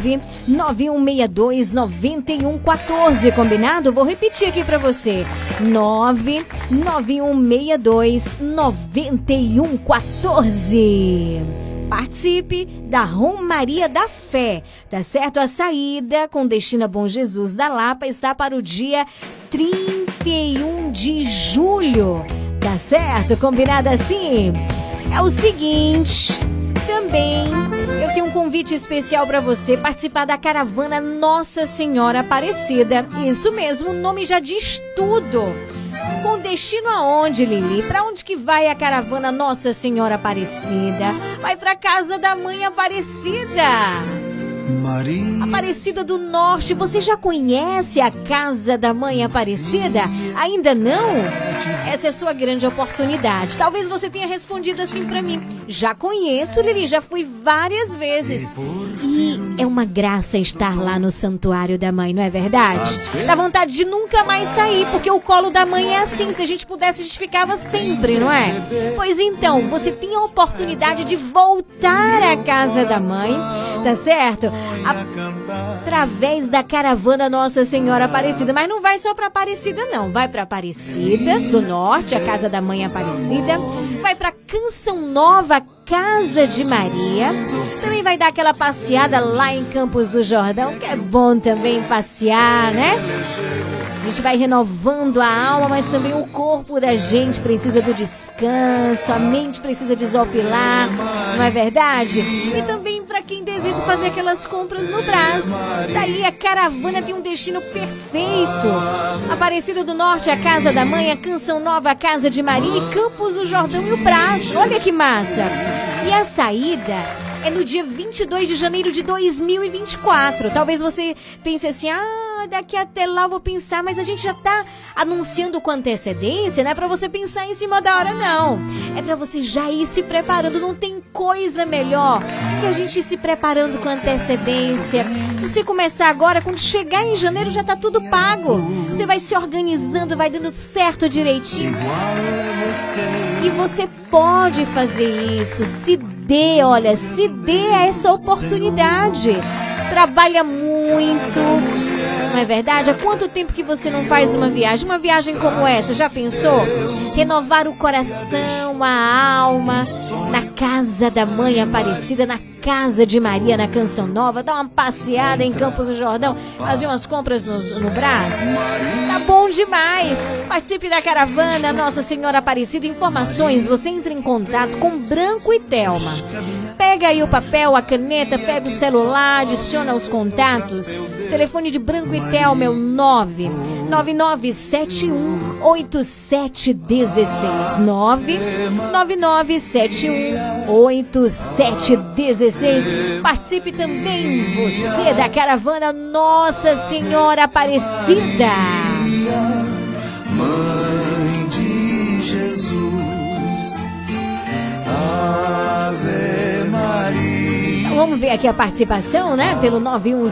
99162-9114, combinado? Vou repetir aqui para você. 99162-9114. Participe da Romaria da Fé, tá certo? A saída com destino a Bom Jesus da Lapa está para o dia 31 de julho, tá certo? Combinado assim? É o seguinte, também eu tenho um convite especial para você participar da caravana Nossa Senhora Aparecida. Isso mesmo, o nome já diz tudo. Com destino aonde, Lili? Para onde que vai a caravana Nossa Senhora Aparecida? Vai para casa da Mãe Aparecida. Maria. Aparecida do Norte. Você já conhece a casa da Mãe Aparecida? Ainda não? Essa é a sua grande oportunidade. Talvez você tenha respondido assim pra mim. Já conheço, Lili, já fui várias vezes. E é uma graça estar lá no Santuário da Mãe, não é verdade? Dá vontade de nunca mais sair, porque o colo da mãe é assim. Se a gente pudesse, a gente ficava sempre, não é? Pois então, você tem a oportunidade de voltar à casa da mãe, tá certo? Através da caravana Nossa Senhora Aparecida. Mas não vai só para Aparecida, não. Vai para Aparecida do Norte, a casa da Mãe Aparecida. Vai para Canção Nova, Casa de Maria. Também vai dar aquela passeada lá em Campos do Jordão, que é bom também passear, né? A gente vai renovando a alma, mas também o corpo da gente precisa do descanso, a mente precisa desopilar, não é verdade? E também para quem deseja fazer aquelas compras no Brás. Daí a caravana tem um destino perfeito. Aparecida do Norte, a Casa da Mãe, a Canção Nova, a Casa de Maria e Campos do Jordão e o Brás. Olha que massa! E a saída é no dia 22 de janeiro de 2024. Talvez você pense assim, daqui até lá eu vou pensar, mas a gente já tá anunciando com antecedência, não é pra você pensar em cima da hora, não. É pra você já ir se preparando, não tem coisa melhor que a gente ir se preparando com antecedência. Se você começar agora, quando chegar em janeiro já tá tudo pago. Você vai se organizando, vai dando certo direitinho. E você pode fazer isso, se dê essa oportunidade. Trabalha muito, não é verdade? Há quanto tempo que você não faz uma viagem? Uma viagem como essa, já pensou? Renovar o coração, a alma, na casa da Mãe Aparecida, na casa de Maria, na Canção Nova, dar uma passeada em Campos do Jordão, fazer umas compras no Brás. Tá bom demais! Participe da caravana Nossa Senhora Aparecida. Informações, você entra em contato com Branco e Thelma. Pega aí o papel, a caneta, pega o celular, adiciona os contatos. O telefone de Branco e Thelma é o 999718716. 999718716. Participe também você da caravana Nossa Senhora Aparecida. Mãe de Jesus, Ave Maria. Então vamos ver aqui a participação, né? Pelo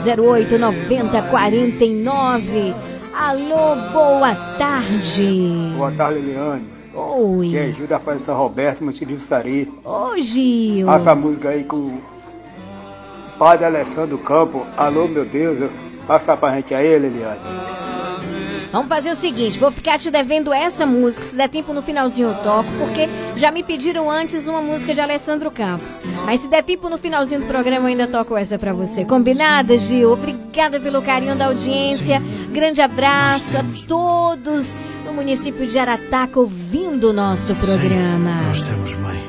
9108-9049. Alô, boa tarde. Boa tarde, Eliane. Oi. Que ajuda para São Roberto, meu filho Sari. Ô, Gil. Passa a música aí com o Padre Alessandro Campo. Alô, meu Deus. Passa pra gente aí, Eliane. Vamos fazer o seguinte, vou ficar te devendo essa música, se der tempo no finalzinho eu toco, porque já me pediram antes uma música de Alessandro Campos. Mas se der tempo no finalzinho do programa eu ainda toco essa pra você. Combinada, Gil? Obrigada pelo carinho da audiência. Grande abraço a todos no município de Arataca ouvindo o nosso programa. Nós temos mãe.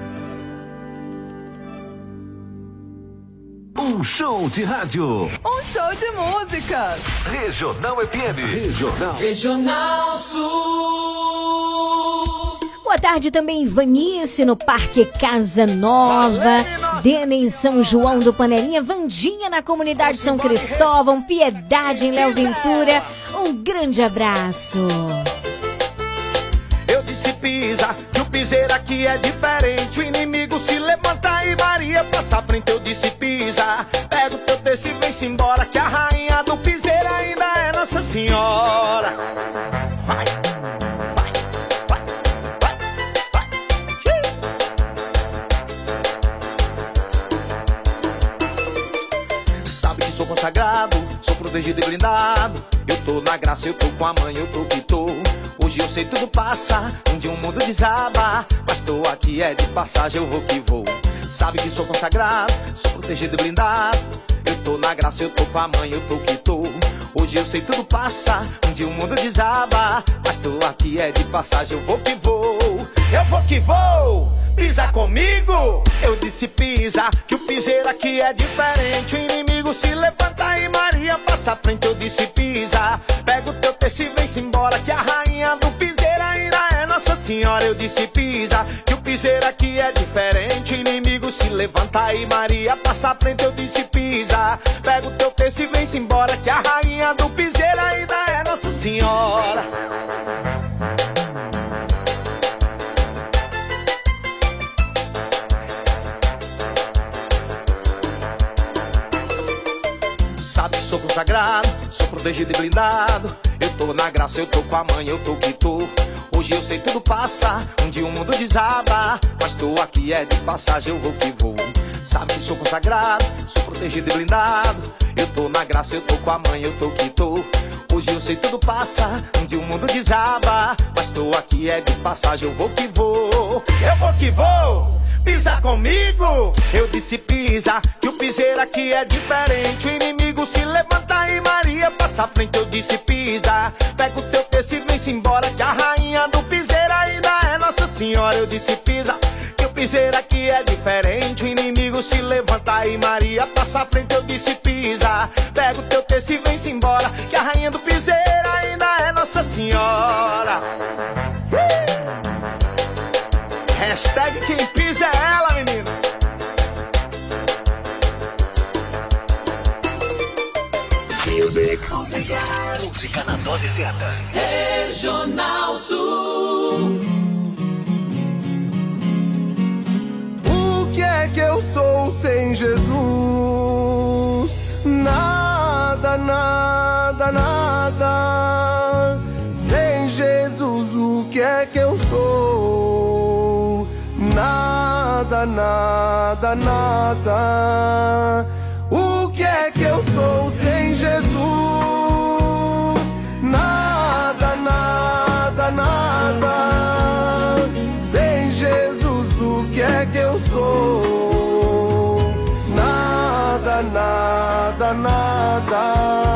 Um show de rádio. Um show de música. Regional FM. Regional Sul. Boa tarde também, Vanice, no Parque Casa Nova. Dena em São João do Panelinha. Vandinha na comunidade São Cristóvão. Piedade em Léo Ventura. Um grande abraço. Eu disse pisa, que o piseiro aqui é diferente. O inimigo se levanta e Maria passa à frente. Eu disse pisa, pega o teu texto e vem-se embora, que a rainha do piseiro ainda é Nossa Senhora. Vai, vai, vai, vai, vai. Sabe que sou consagrado, sou protegido e blindado. Eu tô na graça, eu tô com a mãe, eu tô que tô. Hoje eu sei tudo passa, um dia o mundo desaba, mas tô aqui é de passagem, eu vou que vou. Sabe que sou consagrado, sou protegido e blindado. Eu tô na graça, eu tô com a mãe, eu tô que tô. Hoje eu sei tudo passa, um dia o mundo desaba, mas tô aqui é de passagem, eu vou que vou. Eu vou que vou, pisa comigo. Eu disse pisa, que o piseiro aqui é diferente. O inimigo se levanta e Maria passa à frente. Eu disse pisa, pega o teu texto e vem-se embora, que a rainha do piseiro ainda é Nossa Senhora. Eu disse pisa, que o piseiro aqui é diferente. O inimigo se levanta e Maria passa à frente. Eu disse pisa, pega o teu texto e vem-se embora, que a rainha do piseiro ainda é Nossa Senhora. Sabe que sou consagrado, sou protegido e blindado. Eu tô na graça, eu tô com a mãe, eu tô que tô. Hoje eu sei tudo passa, um dia o mundo desaba, mas tô aqui é de passagem, eu vou que vou. Sabe que sou consagrado, sou protegido e blindado. Eu tô na graça, eu tô com a mãe, eu tô que tô. Hoje eu sei tudo passa, um dia o mundo desaba, mas tô aqui é de passagem, eu vou que vou. Eu vou que vou. Pisa comigo, eu disse pisa, que o piseiro aqui é diferente. O inimigo se levanta e Maria passa à frente. Eu disse pisa, pega o teu texto e vem-se embora, que a rainha do piseiro ainda é Nossa Senhora. Eu disse pisa, que o piseiro aqui é diferente. O inimigo se levanta e Maria passa à frente. Eu disse pisa, pega o teu texto e vem-se embora, que a rainha do piseiro ainda é Nossa Senhora. Hashtag quem pisa é ela, menino. Música na dose certa. Regional Sul. O que é que eu sou sem Jesus? Nada, nada, nada. Sem Jesus, o que é que eu sou? Nada, nada, nada. O que é que eu sou sem Jesus? nada, nada.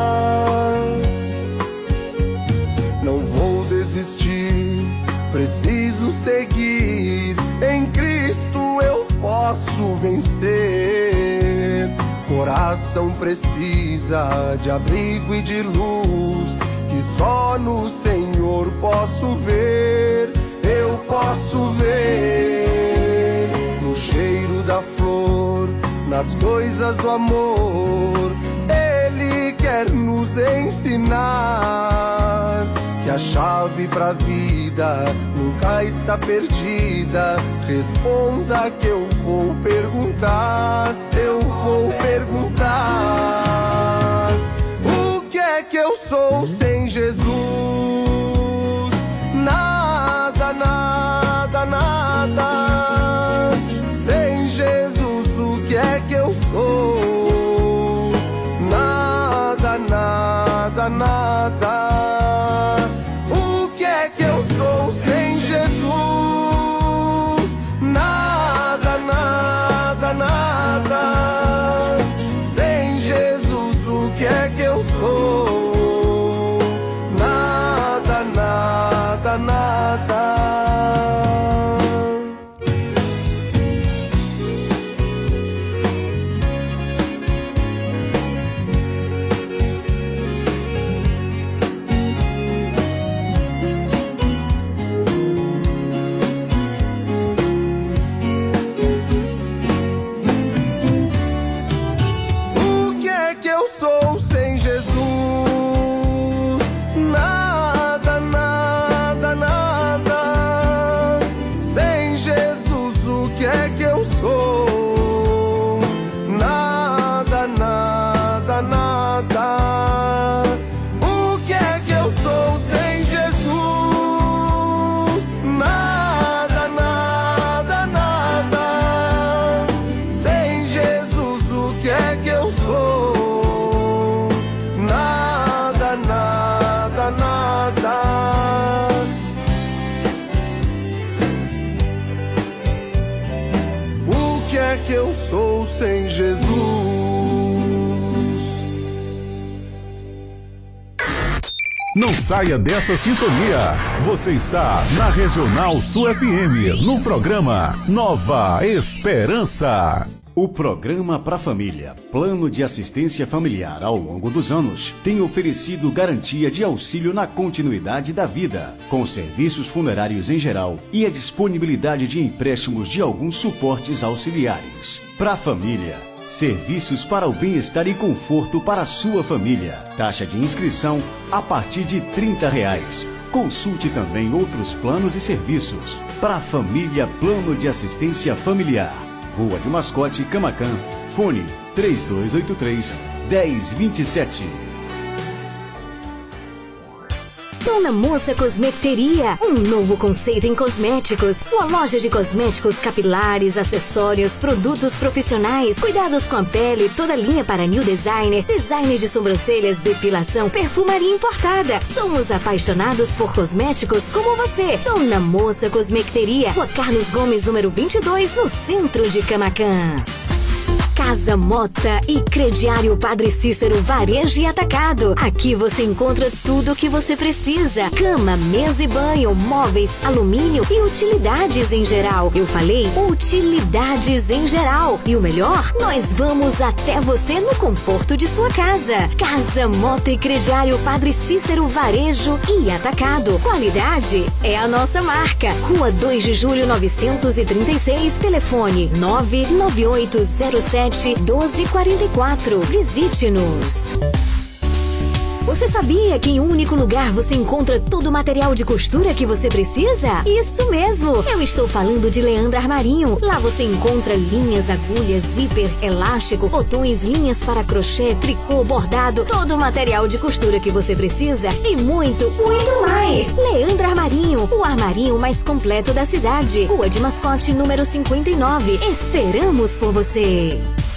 Não vou desistir, preciso seguir. Em Cristo eu posso vencer. Coração precisa de abrigo e de luz, que só no Senhor posso ver. Eu posso ver no cheiro da flor, nas coisas do amor. Ele quer nos ensinar que a chave pra vida nunca está perdida. Responda que eu vou perguntar, eu vou perguntar. O que é que eu sou sem Jesus? Nada, nada, nada. Sem Jesus, o que é que eu sou? Nada, nada, nada. O que é que eu sou sem Jesus? Nada, nada, nada. Sem Jesus, o que é que eu sou? Nada, nada, nada. Sem Jesus. Não saia dessa sintonia. Você está na Regional Sul FM, no programa Nova Esperança. O programa Pra Família, Plano de Assistência Familiar ao longo dos anos, tem oferecido garantia de auxílio na continuidade da vida, com serviços funerários em geral e a disponibilidade de empréstimos de alguns suportes auxiliares. Pra Família, serviços para o bem-estar e conforto para a sua família. Taxa de inscrição a partir de R$30. Consulte também outros planos e serviços. Pra Família, Plano de Assistência Familiar. Rua de Mascote, Camaquã. Fone 3283-1027. Dona Moça Cosmeteria, um novo conceito em cosméticos. Sua loja de cosméticos capilares, acessórios, produtos profissionais, cuidados com a pele, toda linha para new designer, design de sobrancelhas, depilação, perfumaria importada. Somos apaixonados por cosméticos como você. Dona Moça Cosmeteria, Rua Carlos Gomes, número 22, no centro de Camaquã. Casa Mota e Crediário Padre Cícero Varejo e Atacado. Aqui você encontra tudo o que você precisa: cama, mesa e banho, móveis, alumínio e utilidades em geral. Eu falei utilidades em geral. E o melhor, nós vamos até você no conforto de sua casa. Casa Mota e Crediário Padre Cícero Varejo e Atacado. Qualidade é a nossa marca. Rua 2 de Julho 936, telefone 99807 1244. Visite-nos. Você sabia que em um único lugar você encontra todo o material de costura que você precisa? Isso mesmo! Eu estou falando de Leandro Armarinho. Lá você encontra linhas, agulhas, zíper, elástico, botões, linhas para crochê, tricô, bordado, todo o material de costura que você precisa e muito, muito mais! Leandro Armarinho, o armarinho mais completo da cidade. Rua de Mascote, número 59. Esperamos por você!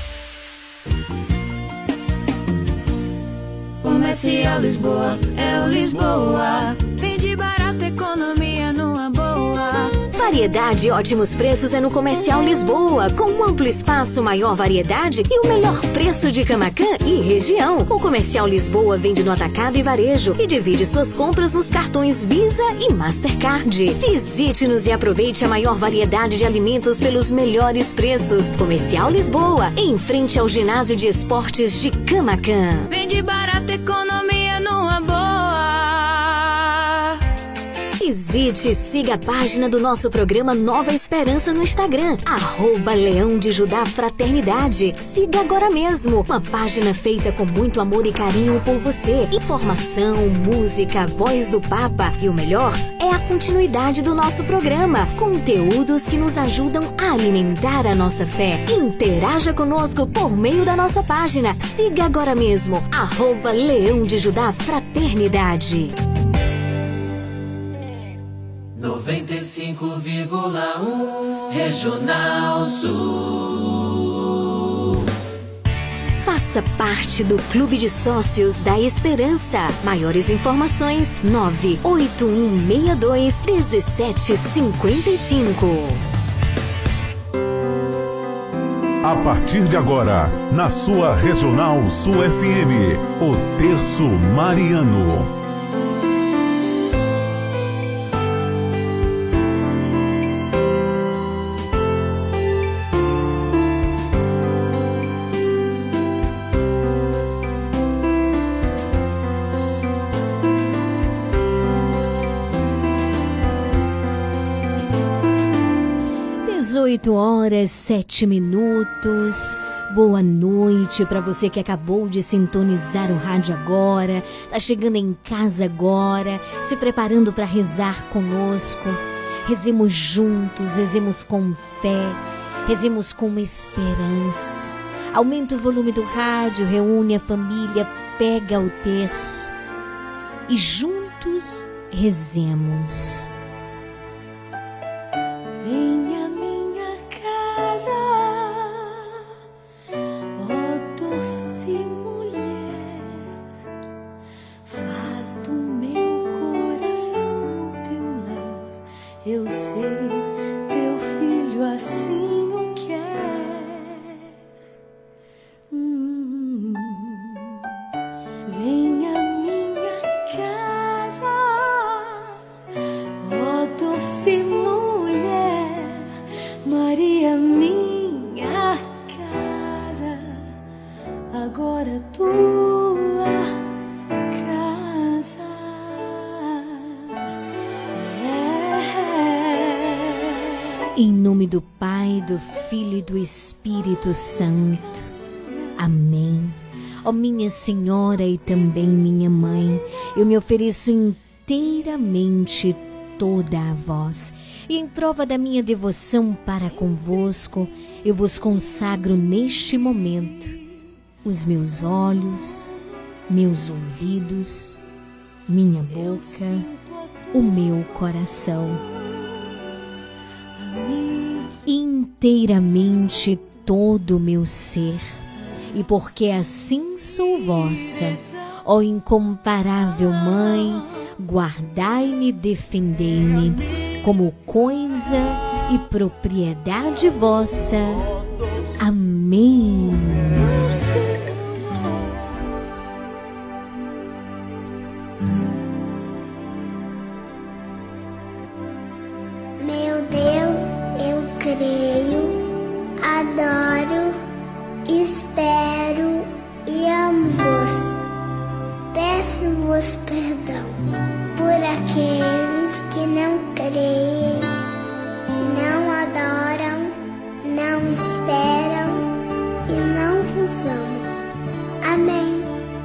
Comercial Lisboa, é o Lisboa. Vende barato, economia numa boa. Variedade e ótimos preços é no Comercial Lisboa, com um amplo espaço, maior variedade e o melhor preço de Camaquã e região. O Comercial Lisboa vende no atacado e varejo e divide suas compras nos cartões Visa e Mastercard. Visite-nos e aproveite a maior variedade de alimentos pelos melhores preços. Comercial Lisboa, em frente ao Ginásio de Esportes de Camaquã. Vende barato, economia numa boa. Visite e siga a página do nosso programa Nova Esperança no Instagram, @Leão de Judá Fraternidade. Siga agora mesmo, uma página feita com muito amor e carinho por você. Informação, música, voz do Papa e o melhor é a continuidade do nosso programa. Conteúdos que nos ajudam a alimentar a nossa fé. Interaja conosco por meio da nossa página. Siga agora mesmo, @Leão de Judá Fraternidade. 95,1 Regional Sul. Faça parte do Clube de Sócios da Esperança. Maiores informações 98162-1755. A partir de agora, na sua Regional Sul FM, o Terço Mariano. 8h07. Boa noite para você que acabou de sintonizar o rádio agora, tá chegando em casa agora, se preparando para rezar conosco. Rezemos juntos, rezemos com fé, rezemos com esperança. Aumenta o volume do rádio, reúne a família, pega o terço e juntos rezemos. Venha à minha casa, ó doce mulher, faz do meu coração teu lar. Eu sei, teu filho assim o quer. Venha à minha casa, ó doce mulher, Maria, minha casa, agora tua casa. Em nome do Pai, do Filho e do Espírito Santo. Amém. Ó minha Senhora e também minha Mãe, eu me ofereço inteiramente toda a vós. E em prova da minha devoção para convosco, eu vos consagro neste momento os meus olhos, meus ouvidos, minha boca, o meu coração. Inteiramente todo o meu ser. E porque assim sou vossa, ó incomparável Mãe, guardai-me, defendei-me, como coisa e propriedade vossa. Amém. Meu Deus, eu creio, adoro, espero e amo-vos. Peço-vos perdão por aqueles que não creem, não adoram, não esperam e não vos amam. Amém.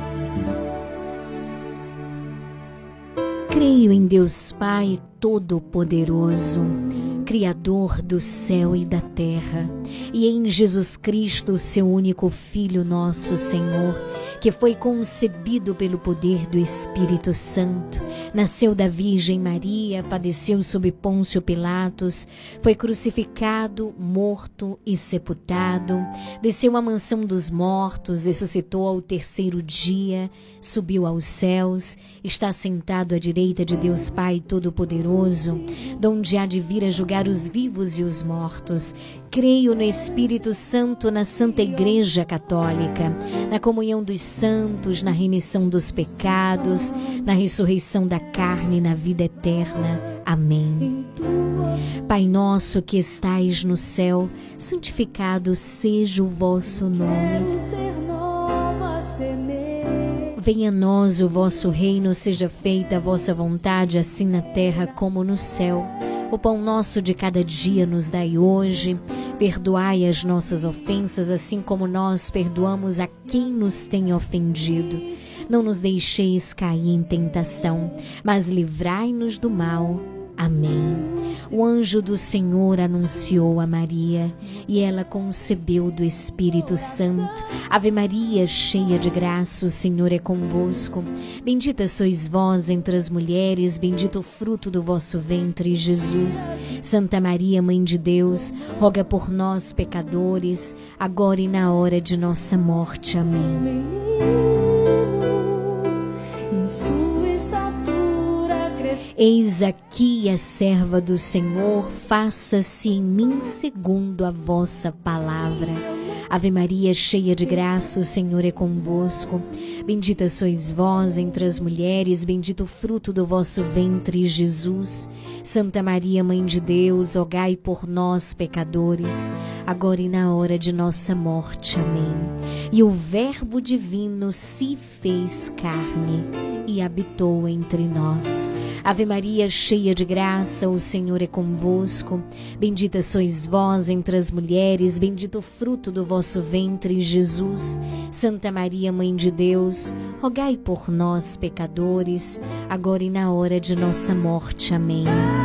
Creio em Deus Pai Todo-Poderoso, Criador do céu e da terra, e em Jesus Cristo, seu único Filho, nosso Senhor, que foi concebido pelo poder do Espírito Santo, nasceu da Virgem Maria, padeceu sob Pôncio Pilatos, foi crucificado, morto e sepultado, desceu à mansão dos mortos, ressuscitou ao terceiro dia, subiu aos céus, está sentado à direita de Deus Pai Todo-Poderoso, donde há de vir a julgar julgar os vivos e os mortos. Creio no Espírito Santo, na Santa Igreja Católica, na comunhão dos santos, na remissão dos pecados, na ressurreição da carne e na vida eterna. Amém. Pai nosso que estais no céu, santificado seja o vosso nome. Venha a nós o vosso reino, seja feita a vossa vontade, assim na terra como no céu. O pão nosso de cada dia nos dai hoje. Perdoai as nossas ofensas, assim como nós perdoamos a quem nos tem ofendido. Não nos deixeis cair em tentação, mas livrai-nos do mal. Amém. O anjo do Senhor anunciou a Maria, e ela concebeu do Espírito Santo. Ave Maria, cheia de graça, o Senhor é convosco. Bendita sois vós entre as mulheres, bendito o fruto do vosso ventre, Jesus. Santa Maria, Mãe de Deus, roga por nós, pecadores, agora e na hora de nossa morte. Amém. Eis aqui a serva do Senhor, faça-se em mim segundo a vossa palavra. Ave Maria, cheia de graça, o Senhor é convosco. Bendita sois vós entre as mulheres, bendito o fruto do vosso ventre, Jesus. Santa Maria, Mãe de Deus, rogai por nós, pecadores, agora e na hora de nossa morte. Amém. E o Verbo divino se fez carne e habitou entre nós. Ave Maria, cheia de graça, o Senhor é convosco. Bendita sois vós entre as mulheres, bendito o fruto do vosso ventre, Jesus. Santa Maria, Mãe de Deus, rogai por nós, pecadores, agora e na hora de nossa morte. Amém.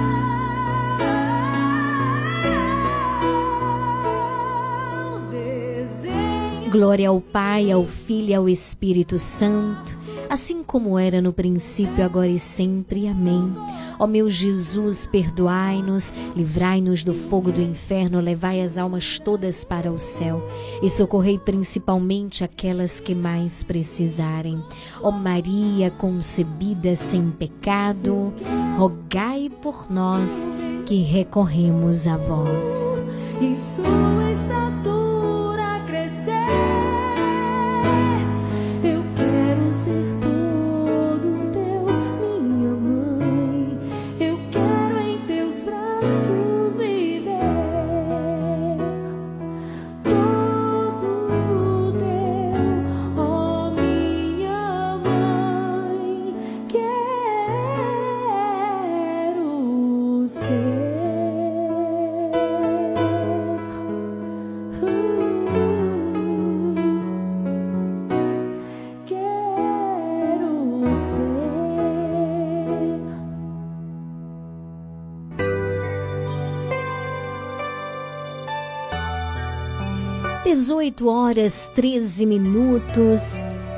Glória ao Pai, ao Filho e ao Espírito Santo, assim como era no princípio, agora e sempre. Amém. Ó meu Jesus, perdoai-nos, livrai-nos do fogo do inferno, levai as almas todas para o céu e socorrei principalmente aquelas que mais precisarem. Ó Maria concebida sem pecado, rogai por nós que recorremos a vós. Em sua estatura crescer, eu quero ser todo teu, minha mãe. Eu quero em teus braços viver, todo teu, ó minha mãe. Quero ser. Quero ser. 18h13.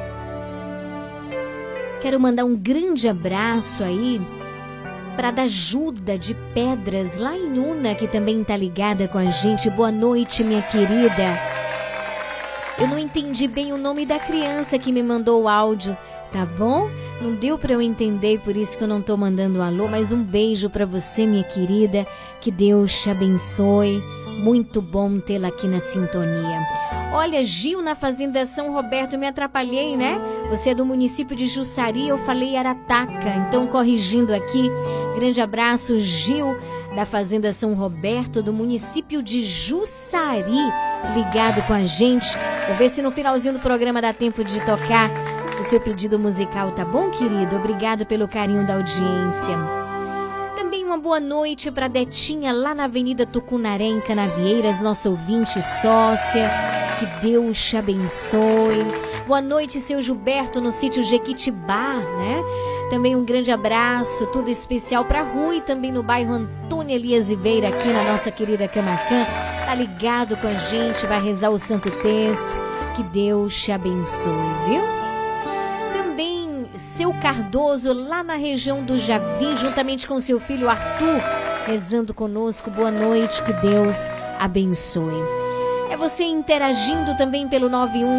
Quero mandar um grande abraço aí para da Ajuda de Pedras, lá em Una, que também tá ligada com a gente. Boa noite, minha querida. Eu não entendi bem o nome da criança que me mandou o áudio, tá bom? Não deu para eu entender, por isso que eu não tô mandando um alô, mas um beijo para você, minha querida. Que Deus te abençoe. Muito bom tê-la aqui na sintonia. Olha, Gil na Fazenda São Roberto, me atrapalhei, né? Você é do município de Jussari, eu falei Arataca, então corrigindo aqui. Grande abraço, Gil da Fazenda São Roberto, do município de Jussari, ligado com a gente. Vou ver se no finalzinho do programa dá tempo de tocar o seu pedido musical, tá bom, querido? Obrigado pelo carinho da audiência. Também uma boa noite para Detinha, lá na Avenida Tucunaré, em Canavieiras, nossa ouvinte sócia. Que Deus te abençoe. Boa noite, seu Gilberto, no sítio Jequitibá, né? Também um grande abraço, tudo especial para Rui, também no bairro Antônio Elias Ribeira, aqui na nossa querida Camaquã. Tá ligado com a gente, vai rezar o Santo Terço. Que Deus te abençoe, viu? Também seu Cardoso, lá na região do Javi, juntamente com seu filho Arthur, rezando conosco. Boa noite, que Deus abençoe. É você interagindo também pelo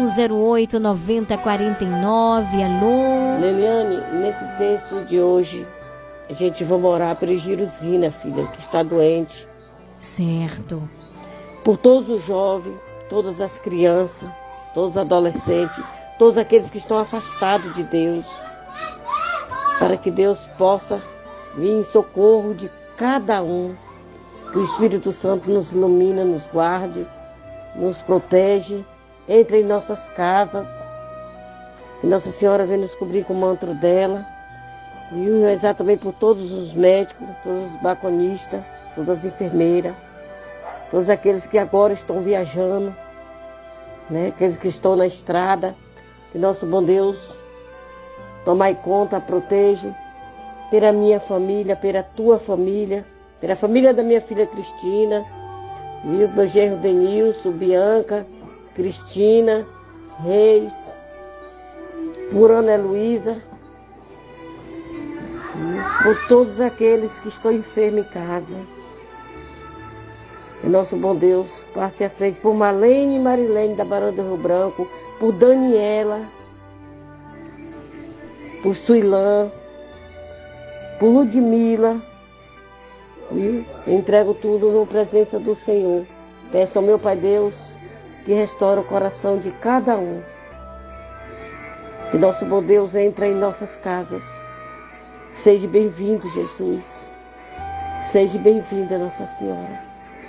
9108-9049. Alô? Leliane, nesse texto de hoje, a gente vai orar por Giruzina, filha, que está doente. Certo. Por todos os jovens, todas as crianças, todos os adolescentes, todos aqueles que estão afastados de Deus, para que Deus possa vir em socorro de cada um, que o Espírito Santo nos ilumina, nos guarde, nos protege, entre em nossas casas, que Nossa Senhora venha nos cobrir com o manto dela, e rezar também por todos os médicos, todos os balconistas, todas as enfermeiras, todos aqueles que agora estão viajando, né? Aqueles que estão na estrada, que nosso bom Deus tome conta, protege, pela minha família, pela tua família, pela família da minha filha Cristina, viu? Meu genro Denilson, Bianca, Cristina, Reis, por Ana Luísa, por todos aqueles que estão enfermos em casa. E nosso bom Deus passe à frente por Marlene e Marilene da Barão do Rio Branco, por Daniela, por Suilã, por Ludmila. Eu entrego tudo na presença do Senhor. Peço ao meu Pai Deus que restaure o coração de cada um. Que nosso bom Deus entre em nossas casas. Seja bem-vindo, Jesus. Seja bem-vinda, Nossa Senhora.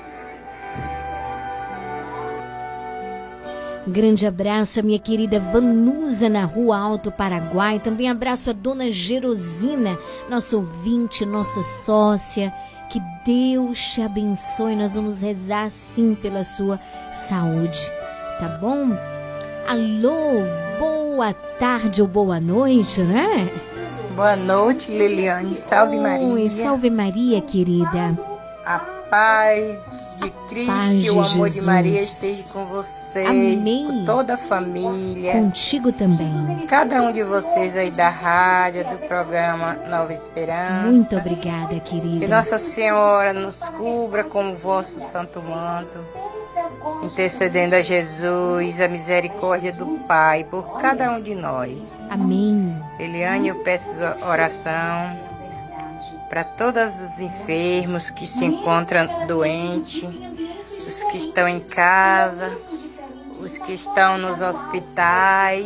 Grande abraço a minha querida Vanusa na Rua Alto Paraguai. Também abraço a dona Gerosina, nossa ouvinte, nossa sócia. Que Deus te abençoe. Nós vamos rezar sim pela sua saúde, tá bom? Alô, boa tarde ou boa noite, né? Boa noite, Liliane. Salve Maria. Oi, salve Maria, querida. A paz de Cristo e o amor de Maria esteja com vocês. Amém. Com toda a família. Contigo também. Cada um de vocês aí da rádio, do programa Nova Esperança. Muito obrigada, querida. Que Nossa Senhora nos cubra com o vosso santo manto, intercedendo a Jesus, a misericórdia do Pai por cada um de nós. Amém. Eliane, eu peço oração para todos os enfermos que se encontram doentes, os que estão em casa, os que estão nos hospitais.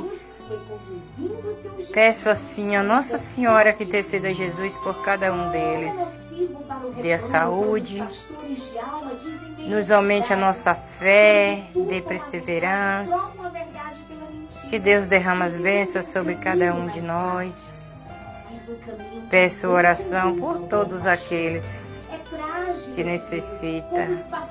Peço assim a Nossa Senhora que interceda Jesus por cada um deles. Dê a saúde, nos aumente a nossa fé, dê perseverança. Que Deus derrama as bênçãos sobre cada um de nós. Peço oração por todos aqueles que necessitam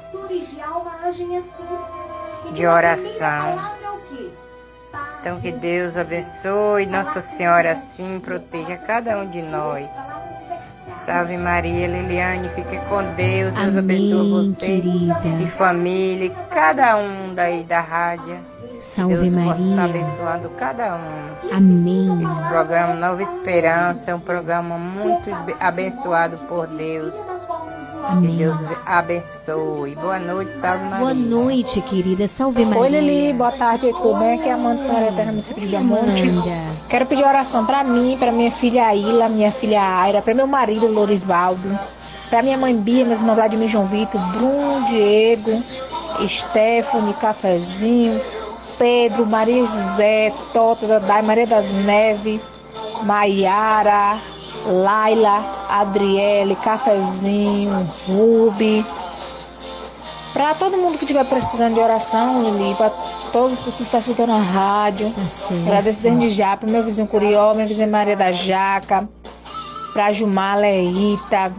de oração. Então que Deus abençoe, Nossa Senhora assim proteja cada um de nós. Salve Maria, Liliane, fique com Deus. Deus abençoe você, querida. E família, cada um daí da rádio. Salve Deus Maria. Deus está abençoando cada um. Amém. Esse programa Nova Esperança é um programa muito abençoado por Deus. Amém. Que Deus abençoe. Boa noite, salve Maria. Boa noite, querida. Salve Maria. Oi, Lili. Boa tarde, tudo bem? Aqui é a Amanda Maria Eternamente de Diamante. Quero pedir oração para mim, para minha filha Aila, minha filha Aira, para meu marido Lorivaldo, para minha mãe Bia, meus irmãos Vladimir João Vitor, Bruno, Diego, Stephanie, Cafezinho, Pedro, Maria José, Tota, Dadai, Maria das Neves, Maiara, Laila, Adriele, Cafezinho, Rubi. Para todo mundo que estiver precisando de oração, Lili, para todas as pessoas que estão escutando na rádio. Agradeço desde já para meu vizinho Curió, minha vizinha Maria da Jaca, para Gilmar, Leita,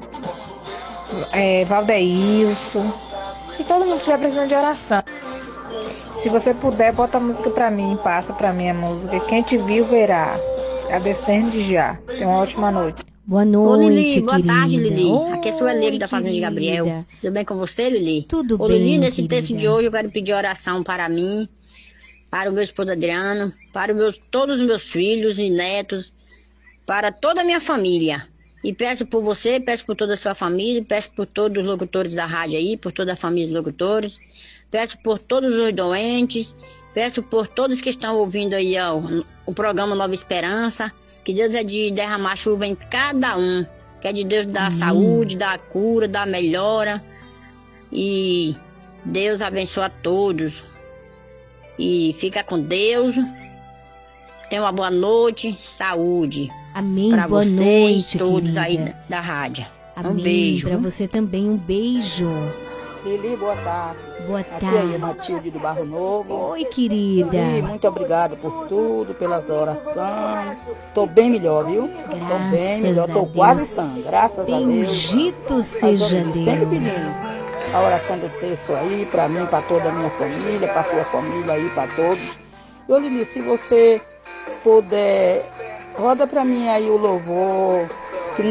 Valdeilson. E todo mundo que estiver precisando de oração. Se você puder, bota a música pra mim, passa pra mim a música. Quem te viu, verá. Agradeço desde já. Tenha uma ótima noite. Boa noite, Lili, boa querida. tarde, Lili. Oi, aqui é sua Lili da Fazenda de Gabriel. Tudo bem com você, Lili? Tudo Ô, bem, Lili, nesse querida. texto de hoje eu quero pedir oração para mim, para o meu esposo Adriano, para todos os meus filhos e netos, para toda a minha família. E peço por você, peço por toda a sua família, peço por todos os locutores da rádio aí, por toda a família dos locutores. Peço por todos os doentes, peço por todos que estão ouvindo aí o programa Nova Esperança, que Deus é de derramar chuva em cada um, que é de Deus dar saúde, dar cura, dar melhora. E Deus abençoe a todos. E fica com Deus. Tenha uma boa noite, saúde. Amém. Pra boa vocês noite, todos querida. aí da rádio. Amém. Um beijo. Pra você também, um beijo. Lili, boa tarde. Boa Aqui tarde. é Matilde do Barro Novo. Oi, querida. Lili, muito obrigada por tudo, pelas orações. Tô bem melhor, viu? Tô bem Graças melhor, a tô Deus. quase sã, graças a Deus. Bendito seja Mas, Lili, sempre Deus. pedindo a oração do texto aí, pra mim, pra toda a minha família, pra sua família aí, pra todos. E, ô Lili, se você puder, roda pra mim aí o louvor, que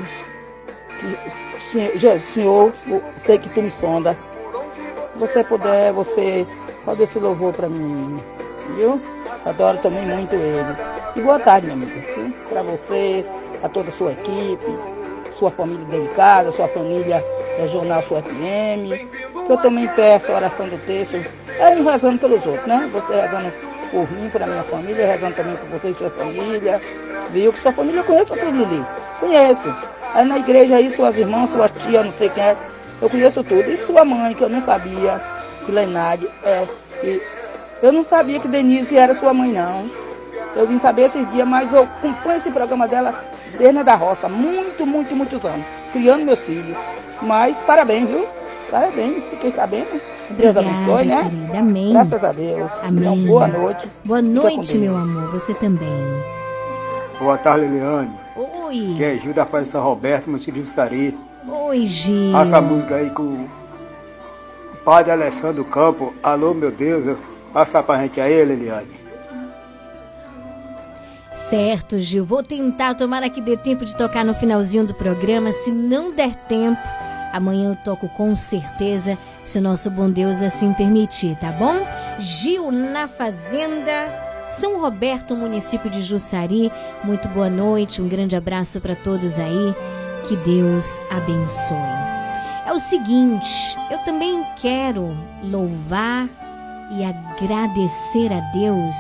Senhor, eu sei que tu me sonda. Se você puder, você roda esse louvor pra mim, viu? Adoro também muito ele. E boa tarde, minha amiga, viu? Pra você, a toda a sua equipe, sua família dedicada, sua família regional, sua FM. Que eu também peço a oração do texto, um rezando pelos outros, né? Você rezando por mim, pela minha família, rezando também por você e sua família. Viu? Que sua família conhece tudo ali. Conheço. Aí na igreja aí, suas irmãs, sua tia, não sei quem é, eu conheço tudo. E sua mãe, que eu não sabia, que Lenade que eu não sabia que Denise era sua mãe, não. Eu vim saber esses dias, mas eu acompanho esse programa dela desde da roça, muitos anos, criando meus filhos. Mas parabéns, viu? Parabéns, fiquei sabendo. Deus abençoe, né? Querida. Amém. Graças a Deus. Amém. Então, boa noite. Boa Fica noite, com meu Deus. amor. Você também. Boa tarde, Liliane. Oi. Que é Gil da Paz de São Roberto, meu filho de Sari. Oi, Gil. Essa música aí com o Padre Alessandro Campo. Alô, meu Deus. Passa pra gente aí, Liliane. Certo, Gil. Vou tentar, tomara que dê tempo de tocar no finalzinho do programa. Se não der tempo, amanhã eu toco com certeza, se o nosso bom Deus assim permitir, tá bom? Gil na Fazenda, São Roberto, município de Jussari. Muito boa noite, um grande abraço para todos aí. Que Deus abençoe. É o seguinte, eu também quero louvar e agradecer a Deus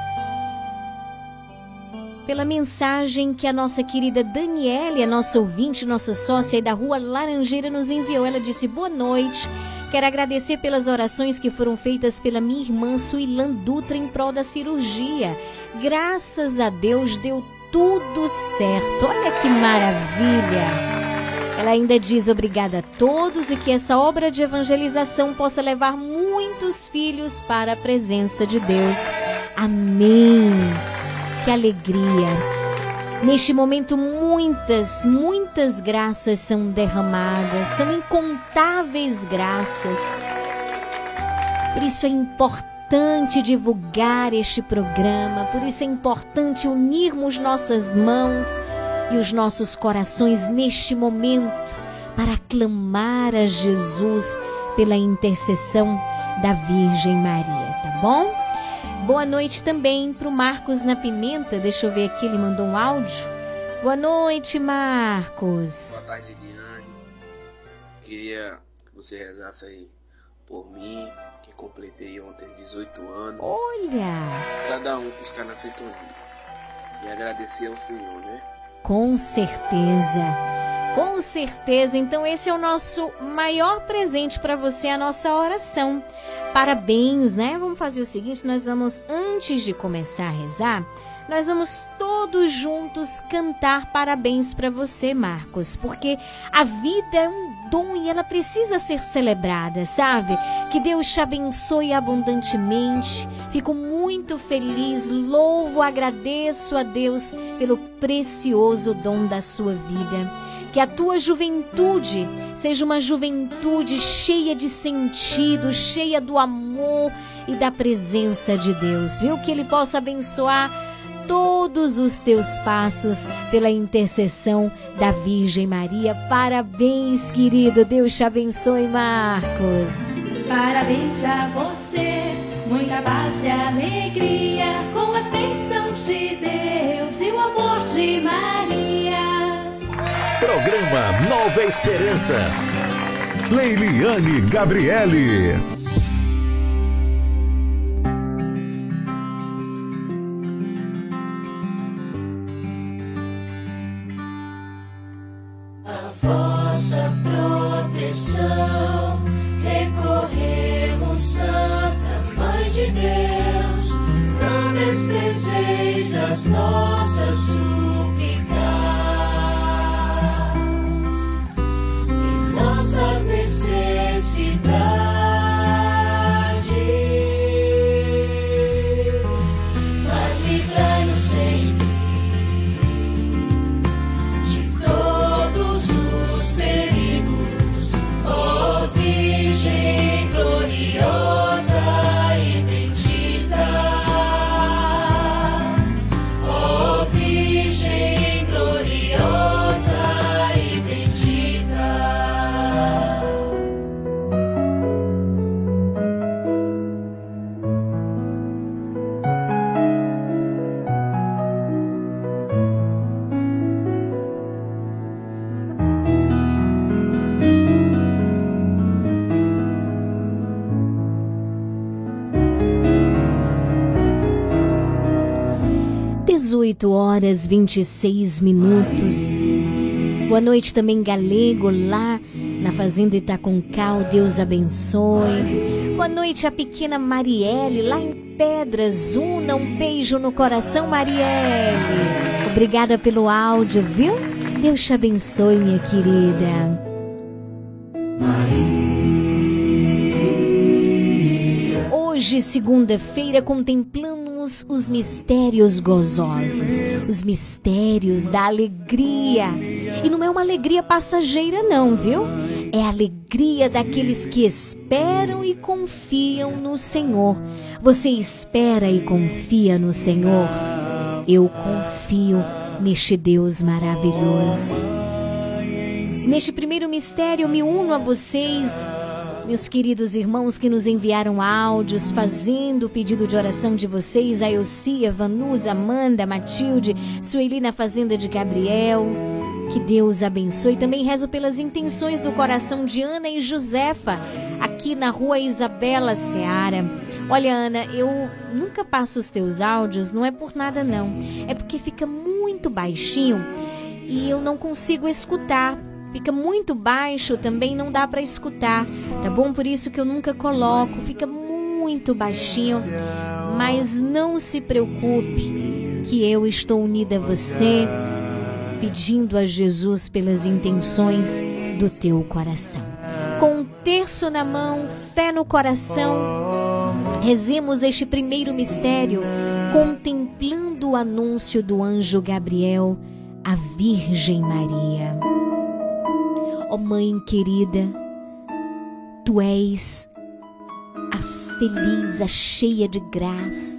pela mensagem que a nossa querida Daniele, a nossa ouvinte, nossa sócia aí da Rua Laranjeira, nos enviou. Ela disse: boa noite, quero agradecer pelas orações que foram feitas pela minha irmã Suilan Dutra em prol da cirurgia. Graças a Deus deu tudo certo. Olha que maravilha! Ela ainda diz obrigada a todos e que essa obra de evangelização possa levar muitos filhos para a presença de Deus. Amém! Que alegria! Neste momento muitas graças são derramadas, são incontáveis graças. Por isso é importante divulgar este programa, por isso é importante unirmos nossas mãos e os nossos corações neste momento para clamar a Jesus pela intercessão da Virgem Maria, tá bom? Boa noite também para o Marcos na Pimenta. Deixa eu ver aqui, ele mandou um áudio. Boa noite, Marcos. Boa tarde, Liliane. Queria que você rezasse aí por mim, que completei ontem 18 anos. Olha! Cada um que está na sintonia. E agradecer ao Senhor, né? Com certeza. Com certeza. Então esse é o nosso maior presente para você, a nossa oração. Parabéns, né? Vamos fazer o seguinte, nós vamos, antes de começar a rezar, nós vamos todos juntos cantar parabéns para você, Marcos, porque a vida é um dom e ela precisa ser celebrada, sabe? Que Deus te abençoe abundantemente. Fico muito feliz, louvo, agradeço a Deus pelo precioso dom da sua vida. Que a tua juventude seja uma juventude cheia de sentido, cheia do amor e da presença de Deus, viu? Que Ele possa abençoar todos os teus passos pela intercessão da Virgem Maria. Parabéns, querido. Deus te abençoe, Marcos. Parabéns a você, muita paz e alegria, com as bênçãos de Deus e o amor de Maria. Programa Nova Esperança. Leiliane Gabriele. A vossa proteção 18 horas 26 minutos. Boa noite também, Galego, lá na Fazenda Itaconcal. Deus abençoe. Boa noite a pequena Marielle, lá em Pedras Una. Um beijo no coração, Marielle. Obrigada pelo áudio, viu? Deus te abençoe, minha querida. Hoje, segunda-feira, contemplamos os mistérios gozosos, os mistérios da alegria. E não é uma alegria passageira não, viu? É a alegria daqueles que esperam e confiam no Senhor. Você espera e confia no Senhor? Eu confio neste Deus maravilhoso. Neste primeiro mistério, eu me uno a vocês, meus queridos irmãos que nos enviaram áudios fazendo o pedido de oração de vocês, a Elcia, Vanusa, Amanda, Matilde, Sueli na Fazenda de Gabriel. Que Deus abençoe. Também rezo pelas intenções do coração de Ana e Josefa, aqui na rua Isabela Seara. Olha, Ana, eu nunca passo os teus áudios, não é por nada não. É porque fica muito baixinho e eu não consigo escutar. Fica muito baixo, também não dá para escutar, tá bom? Por isso que eu nunca coloco, fica muito baixinho. Mas não se preocupe, que eu estou unida a você, pedindo a Jesus pelas intenções do teu coração. Com um terço na mão, fé no coração, rezemos este primeiro mistério, contemplando o anúncio do anjo Gabriel à Virgem Maria. Ó Mãe querida, Tu és a feliz, a cheia de graça,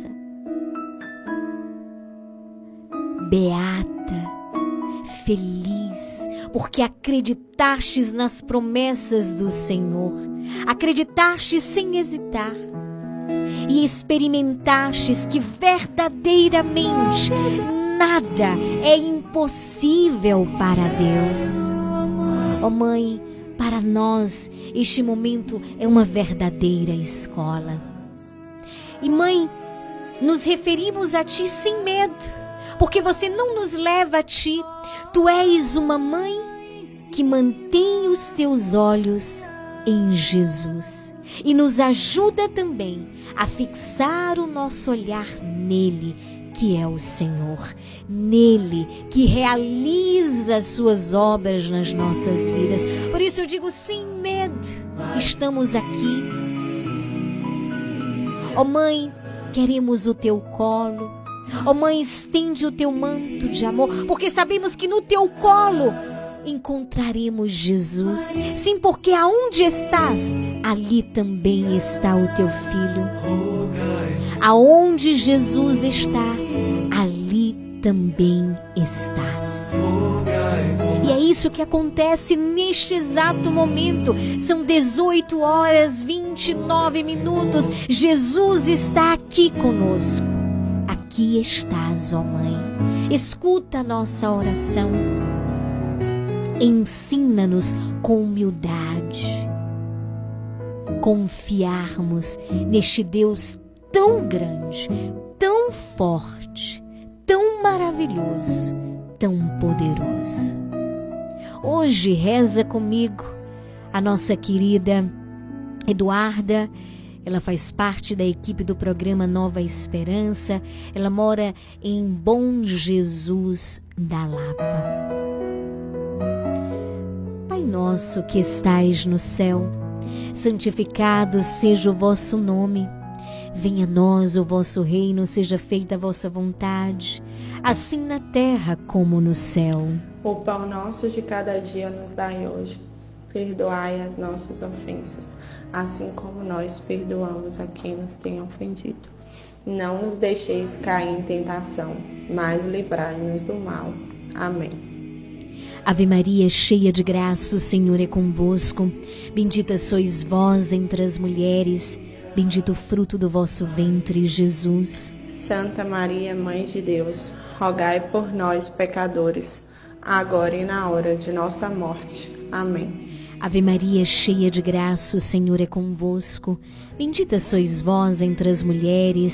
beata, feliz, porque acreditastes nas promessas do Senhor, acreditastes sem hesitar e experimentastes que verdadeiramente nada é impossível para Deus. Ó Mãe, para nós este momento é uma verdadeira escola. E Mãe, nos referimos a Ti sem medo, porque você não nos leva a Ti. Tu és uma Mãe que mantém os Teus olhos em Jesus e nos ajuda também a fixar o nosso olhar nele, que é o Senhor, nele que realiza as suas obras nas nossas vidas. Por isso eu digo, sem medo, estamos aqui. Ó Mãe, queremos o Teu colo. Ó Mãe, estende o Teu manto de amor, porque sabemos que no Teu colo encontraremos Jesus. Sim, porque aonde estás, ali também está o Teu Filho. Aonde Jesus está, ali também estás. E é isso que acontece neste exato momento. São 18 horas 29 minutos. Jesus está aqui conosco. Aqui estás, ó Mãe. Escuta a nossa oração. Ensina-nos com humildade confiarmos neste Deus tão grande, tão forte, tão maravilhoso, tão poderoso. Hoje reza comigo a nossa querida Eduarda. Ela faz parte da equipe do programa Nova Esperança. Ela mora em Bom Jesus da Lapa. Pai nosso que estais no céu, santificado seja o vosso nome. Venha a nós o vosso reino, seja feita a vossa vontade, assim na terra como no céu. O pão nosso de cada dia nos dai hoje. Perdoai as nossas ofensas, assim como nós perdoamos a quem nos tem ofendido. Não nos deixeis cair em tentação, mas livrai-nos do mal. Amém. Ave Maria, cheia de graça, o Senhor é convosco. Bendita sois vós entre as mulheres, bendito o fruto do vosso ventre, Jesus. Santa Maria, Mãe de Deus, rogai por nós, pecadores, agora e na hora de nossa morte. Amém. Ave Maria, cheia de graça, o Senhor é convosco. Bendita sois vós entre as mulheres,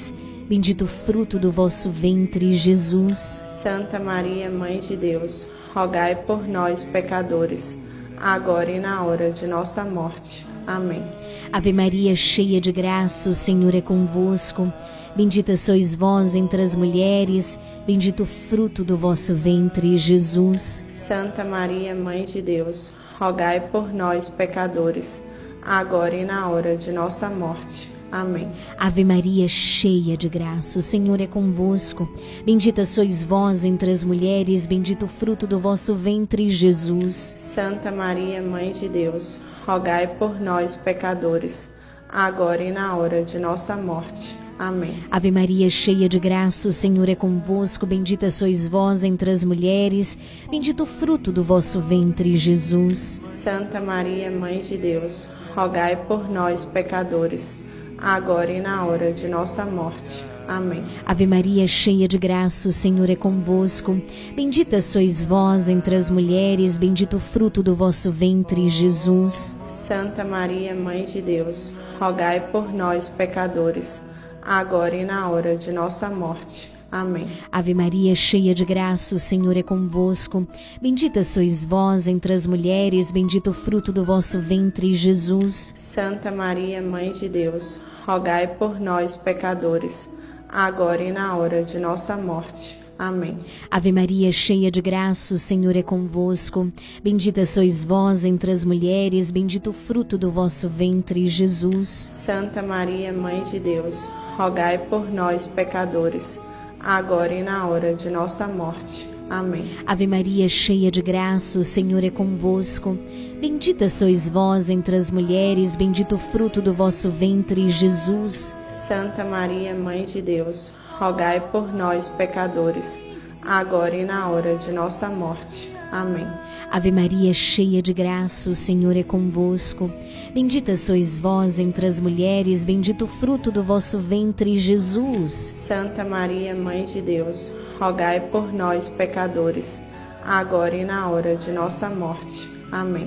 bendito o fruto do vosso ventre, Jesus. Santa Maria, Mãe de Deus, rogai por nós, pecadores, agora e na hora de nossa morte. Amém. Ave Maria, cheia de graça, o Senhor é convosco. Bendita sois vós entre as mulheres, bendito o fruto do vosso ventre, Jesus. Santa Maria, Mãe de Deus, rogai por nós, pecadores, agora e na hora de nossa morte. Amém. Ave Maria, cheia de graça, o Senhor é convosco. Bendita sois vós entre as mulheres, bendito o fruto do vosso ventre, Jesus. Santa Maria, Mãe de Deus, rogai por nós, pecadores, agora e na hora de nossa morte. Amém. Ave Maria, cheia de graça, o Senhor é convosco. Bendita sois vós entre as mulheres, bendito o fruto do vosso ventre, Jesus. Santa Maria, Mãe de Deus, rogai por nós, pecadores, agora e na hora de nossa morte. Amém. Ave Maria, cheia de graça, o Senhor é convosco. Bendita sois vós entre as mulheres, bendito o fruto do vosso ventre, Jesus. Santa Maria, Mãe de Deus, rogai por nós, pecadores, agora e na hora de nossa morte. Amém. Ave Maria, cheia de graça, o Senhor é convosco. Bendita sois vós entre as mulheres, bendito o fruto do vosso ventre, Jesus. Santa Maria, Mãe de Deus, rogai por nós, pecadores, agora e na hora de nossa morte. Amém. Ave Maria, cheia de graça, o Senhor é convosco. Bendita sois vós entre as mulheres, bendito o fruto do vosso ventre, Jesus. Santa Maria, Mãe de Deus, rogai por nós, pecadores, agora e na hora de nossa morte. Amém. Ave Maria, cheia de graça, o Senhor é convosco. Bendita sois vós entre as mulheres, bendito o fruto do vosso ventre, Jesus. Santa Maria, Mãe de Deus, rogai por nós, pecadores, agora e na hora de nossa morte. Amém. Ave Maria, cheia de graça, o Senhor é convosco. Bendita sois vós entre as mulheres, bendito o fruto do vosso ventre, Jesus. Santa Maria, Mãe de Deus, rogai por nós, pecadores, agora e na hora de nossa morte. Amém.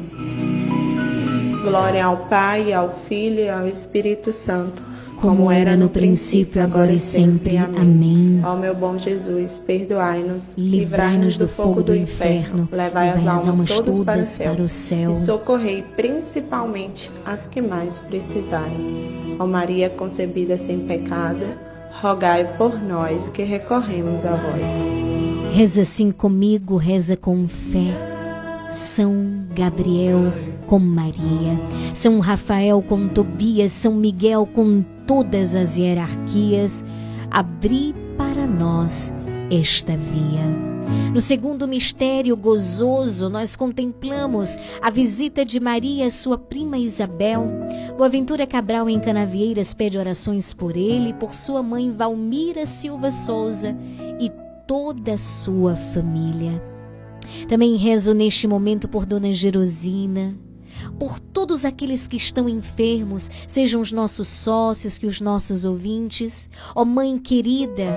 Glória ao Pai, ao Filho e ao Espírito Santo, como era no princípio, agora e sempre. Amém. Ó meu bom Jesus, perdoai-nos, livrai-nos do fogo do inferno, levai as almas todas para o céu e socorrei principalmente as que mais precisarem. Ó Maria concebida sem pecado, rogai por nós que recorremos a vós. Reza assim comigo, reza com fé. São Gabriel com Maria, São Rafael com Tobias, São Miguel com todas as hierarquias, abri para nós esta via. No segundo mistério gozoso, nós contemplamos a visita de Maria, sua prima Isabel. Boaventura Cabral em Canavieiras pede orações por ele, por sua mãe Valmira Silva Souza e toda a sua família. Também rezo neste momento por Dona Jerosina, por todos aqueles que estão enfermos, sejam os nossos sócios, que os nossos ouvintes. Ó Mãe querida,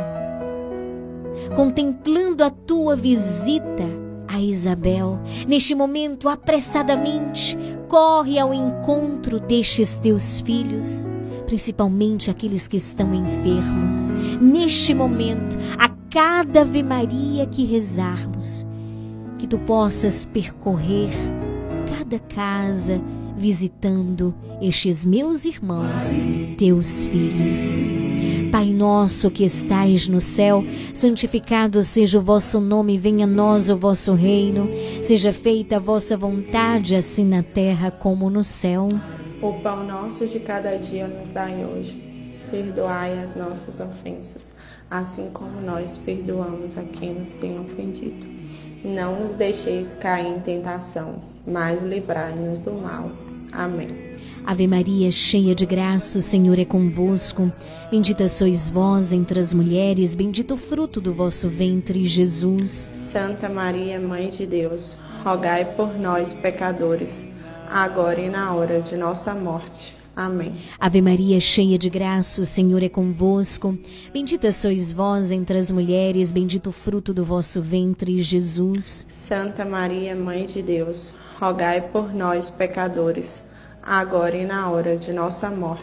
contemplando a tua visita a Isabel, neste momento apressadamente corre ao encontro destes teus filhos, principalmente aqueles que estão enfermos. Neste momento, a cada Ave Maria que rezarmos, que tu possas percorrer cada casa visitando estes meus irmãos, teus filhos. Pai nosso que estais no céu, santificado seja o vosso nome, venha a nós o vosso reino, seja feita a vossa vontade, assim na terra como no céu. O pão nosso de cada dia nos dai hoje. Perdoai as nossas ofensas, assim como nós perdoamos a quem nos tem ofendido. Não nos deixeis cair em tentação, mas livrai-nos do mal. Amém. Ave Maria, cheia de graça, o Senhor é convosco. Bendita sois vós entre as mulheres, bendito o fruto do vosso ventre, Jesus. Santa Maria, Mãe de Deus, rogai por nós, pecadores, agora e na hora de nossa morte. Amém. Ave Maria, cheia de graça, o Senhor é convosco. Bendita sois vós entre as mulheres, bendito o fruto do vosso ventre, Jesus. Santa Maria, Mãe de Deus, rogai por nós, pecadores, agora e na hora de nossa morte.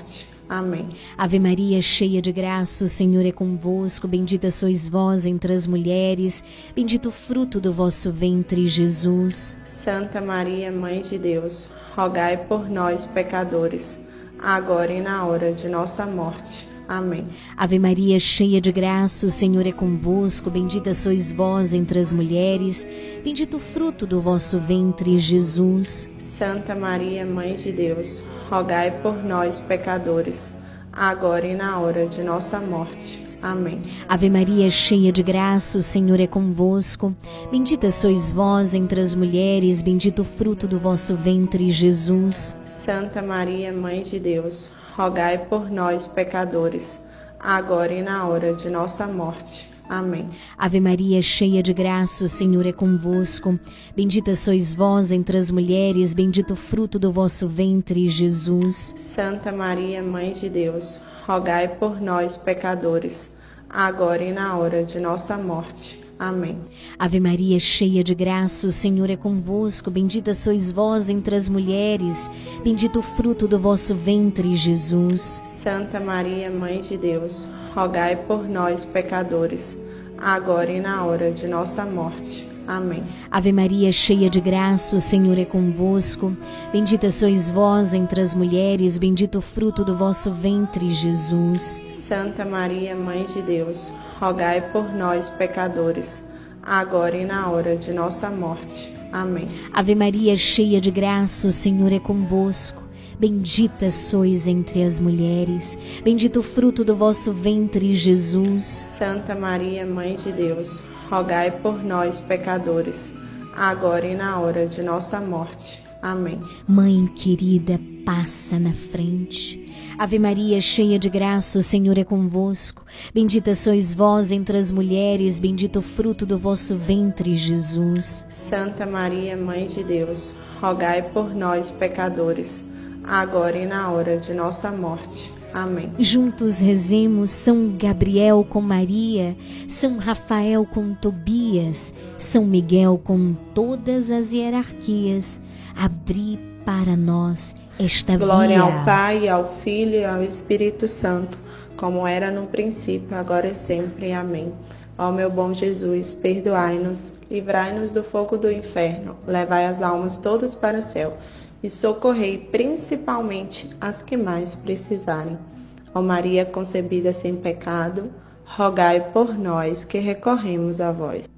Amém. Ave Maria, cheia de graça, o Senhor é convosco. Bendita sois vós entre as mulheres. Bendito o fruto do vosso ventre, Jesus. Santa Maria, Mãe de Deus, rogai por nós, pecadores, agora e na hora de nossa morte. Amém. Ave Maria, cheia de graça, o Senhor é convosco. Bendita sois vós entre as mulheres. Bendito o fruto do vosso ventre, Jesus. Santa Maria, Mãe de Deus, rogai por nós, pecadores, agora e na hora de nossa morte. Amém. Ave Maria, cheia de graça, o Senhor é convosco. Bendita sois vós entre as mulheres. Bendito o fruto do vosso ventre, Jesus. Santa Maria, Mãe de Deus, rogai por nós, pecadores, agora e na hora de nossa morte. Amém. Ave Maria, cheia de graça, o Senhor é convosco. Bendita sois vós entre as mulheres. Bendito o fruto do vosso ventre, Jesus. Santa Maria, Mãe de Deus, rogai por nós, pecadores, agora e na hora de nossa morte. Amém. Ave Maria, cheia de graça, o Senhor é convosco. Bendita sois vós entre as mulheres. Bendito o fruto do vosso ventre, Jesus. Santa Maria, Mãe de Deus, rogai por nós, pecadores, agora e na hora de nossa morte. Amém. Ave Maria, cheia de graça, o Senhor é convosco. Bendita sois vós entre as mulheres. Bendito o fruto do vosso ventre, Jesus. Santa Maria, Mãe de Deus, rogai por nós, pecadores, agora e na hora de nossa morte. Amém. Ave Maria, cheia de graça, o Senhor é convosco. Bendita sois entre as mulheres. Bendito o fruto do vosso ventre, Jesus. Santa Maria, Mãe de Deus, rogai por nós, pecadores, agora e na hora de nossa morte. Amém. Mãe querida, passa na frente. Ave Maria, cheia de graça, o Senhor é convosco. Bendita sois vós entre as mulheres. Bendito o fruto do vosso ventre, Jesus. Santa Maria, Mãe de Deus, rogai por nós, pecadores, agora e na hora de nossa morte. Amém. Juntos rezemos São Gabriel com Maria, São Rafael com Tobias, São Miguel com todas as hierarquias. Abri para nós esta Glória via. ao Pai, ao Filho e ao Espírito Santo, como era no princípio, agora e sempre. Amém. Ó meu bom Jesus, perdoai-nos, livrai-nos do fogo do inferno, levai as almas todas para o céu e socorrei principalmente as que mais precisarem. Ó Maria concebida sem pecado, rogai por nós que recorremos a vós.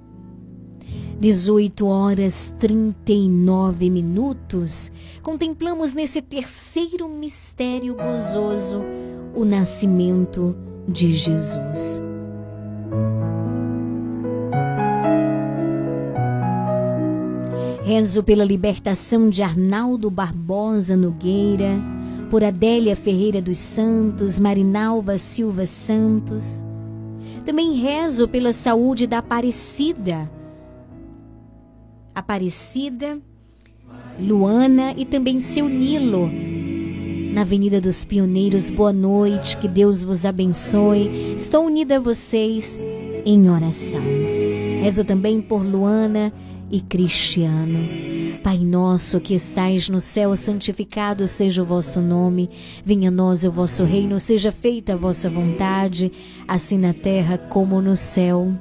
18h39. Contemplamos nesse terceiro mistério gozoso o nascimento de Jesus. Rezo pela libertação de Arnaldo Barbosa Nogueira, por Adélia Ferreira dos Santos, Marinalva Silva Santos. Também rezo pela saúde da Aparecida, Luana e também seu Nilo, na Avenida dos Pioneiros. Boa noite, que Deus vos abençoe. Estou unida a vocês em oração. Rezo também por Luana e Cristiano. Pai nosso que estais no céu, santificado seja o vosso nome. Venha a nós o vosso reino, seja feita a vossa vontade, assim na terra como no céu.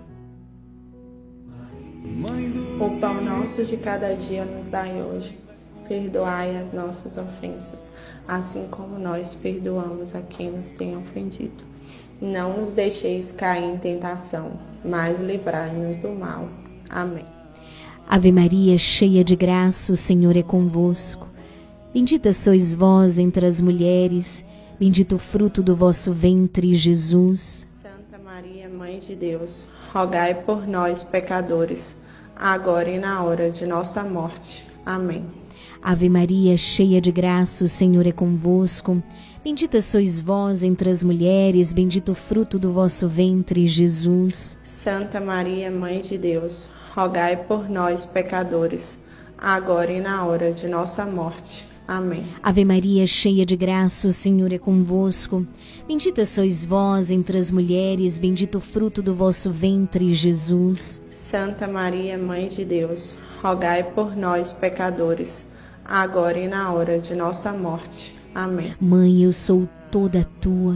O pão nosso de cada dia nos dai hoje. Perdoai as nossas ofensas, assim como nós perdoamos a quem nos tem ofendido. Não nos deixeis cair em tentação, mas livrai-nos do mal. Amém. Ave Maria, cheia de graça, o Senhor é convosco. Bendita sois vós entre as mulheres, bendito o fruto do vosso ventre, Jesus. Santa Maria, Mãe de Deus, rogai por nós, pecadores, agora e na hora de nossa morte. Amém. Ave Maria, cheia de graça, o Senhor é convosco. Bendita sois vós entre as mulheres, bendito o fruto do vosso ventre, Jesus. Santa Maria, Mãe de Deus, rogai por nós, pecadores, agora e na hora de nossa morte. Amém. Ave Maria, cheia de graça, o Senhor é convosco. Bendita sois vós entre as mulheres, bendito o fruto do vosso ventre, Jesus. Santa Maria, Mãe de Deus, rogai por nós, pecadores, agora e na hora de nossa morte. Amém. Mãe, eu sou toda tua,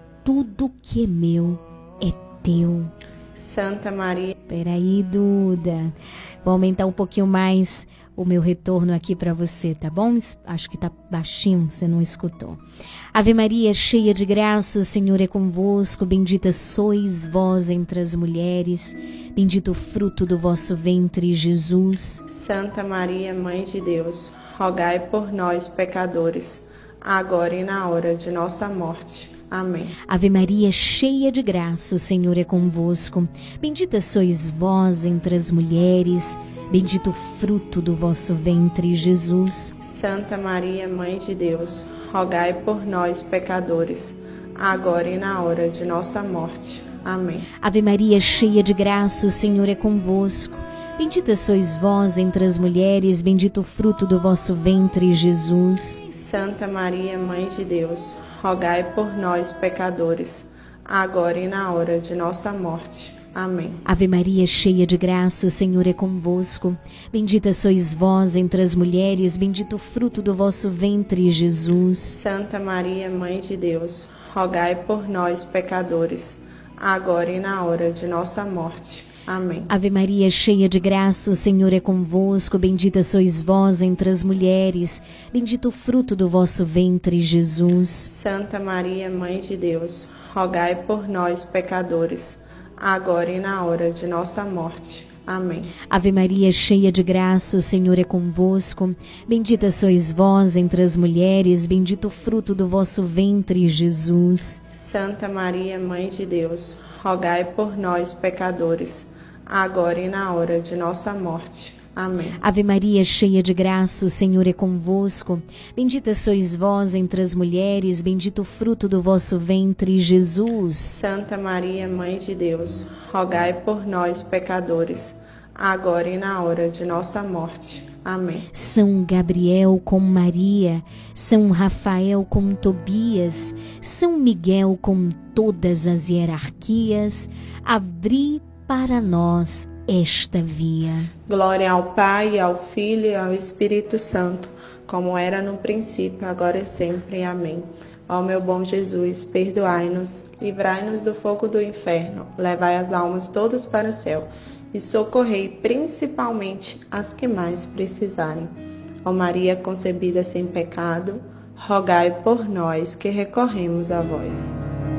tudo que é meu é teu. Santa Maria. Peraí, Duda. Vou aumentar um pouquinho mais o meu retorno aqui para você, tá bom? Acho que tá baixinho, você não escutou. Ave Maria, cheia de graça, o Senhor é convosco. Bendita sois vós entre as mulheres. Bendito o fruto do vosso ventre, Jesus. Santa Maria, Mãe de Deus, rogai por nós, pecadores, agora e na hora de nossa morte. Amém. Ave Maria, cheia de graça, o Senhor é convosco. Bendita sois vós entre as mulheres. Bendito o fruto do vosso ventre, Jesus. Santa Maria, Mãe de Deus, rogai por nós, pecadores, agora e na hora de nossa morte. Amém. Ave Maria, cheia de graça, o Senhor é convosco. Bendita sois vós entre as mulheres. Bendito o fruto do vosso ventre, Jesus. Santa Maria, Mãe de Deus, rogai por nós, pecadores, agora e na hora de nossa morte. Amém. Ave Maria, cheia de graça, o Senhor é convosco. Bendita sois vós entre as mulheres. Bendito o fruto do vosso ventre, Jesus. Santa Maria, Mãe de Deus, rogai por nós, pecadores, agora e na hora de nossa morte. Amém. Ave Maria, cheia de graça, o Senhor é convosco. Bendita sois vós entre as mulheres. Bendito o fruto do vosso ventre, Jesus. Santa Maria, Mãe de Deus, rogai por nós, pecadores, agora e na hora de nossa morte. Amém. Ave Maria, cheia de graça, o Senhor é convosco. Bendita sois vós entre as mulheres. Bendito o fruto do vosso ventre, Jesus. Santa Maria, Mãe de Deus, rogai por nós, pecadores, agora e na hora de nossa morte. Amém. Ave Maria, cheia de graça, o Senhor é convosco. Bendita sois vós entre as mulheres. Bendito o fruto do vosso ventre, Jesus. Santa Maria, Mãe de Deus, rogai por nós, pecadores, agora e na hora de nossa morte. Amém. São Gabriel com Maria, São Rafael com Tobias, São Miguel com todas as hierarquias, abri para nós esta via. Glória ao Pai, ao Filho e ao Espírito Santo, como era no princípio, agora e sempre. Amém. Ó meu bom Jesus, perdoai-nos, livrai-nos do fogo do inferno, levai as almas todas para o céu e socorrei principalmente as que mais precisarem. Ó Maria concebida sem pecado, rogai por nós que recorremos a vós.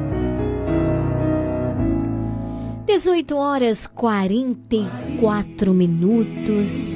18h44.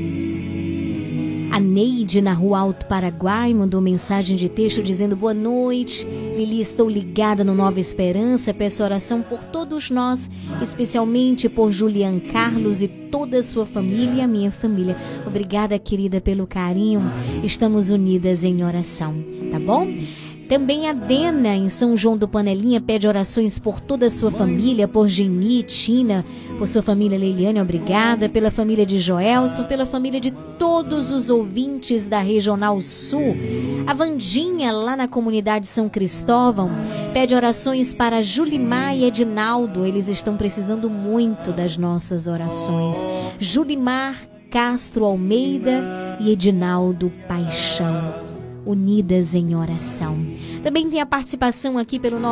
A Neide, na Rua Alto Paraguai, mandou mensagem de texto dizendo: boa noite, Lili, estou ligada no Nova Esperança, peço oração por todos nós, especialmente por Julian Carlos e toda a sua família e a minha família. Obrigada, querida, pelo carinho, estamos unidas em oração, tá bom? Também a Dena, em São João do Panelinha, pede orações por toda a sua família, por Geni, Tina, por sua família Leiliane, obrigada, pela família de Joelson, pela família de todos os ouvintes da Regional Sul. A Vandinha, lá na comunidade São Cristóvão, pede orações para Julimar e Edinaldo, eles estão precisando muito das nossas orações. Julimar Castro Almeida e Edinaldo Paixão, unidas em oração. Também tem a participação aqui pelo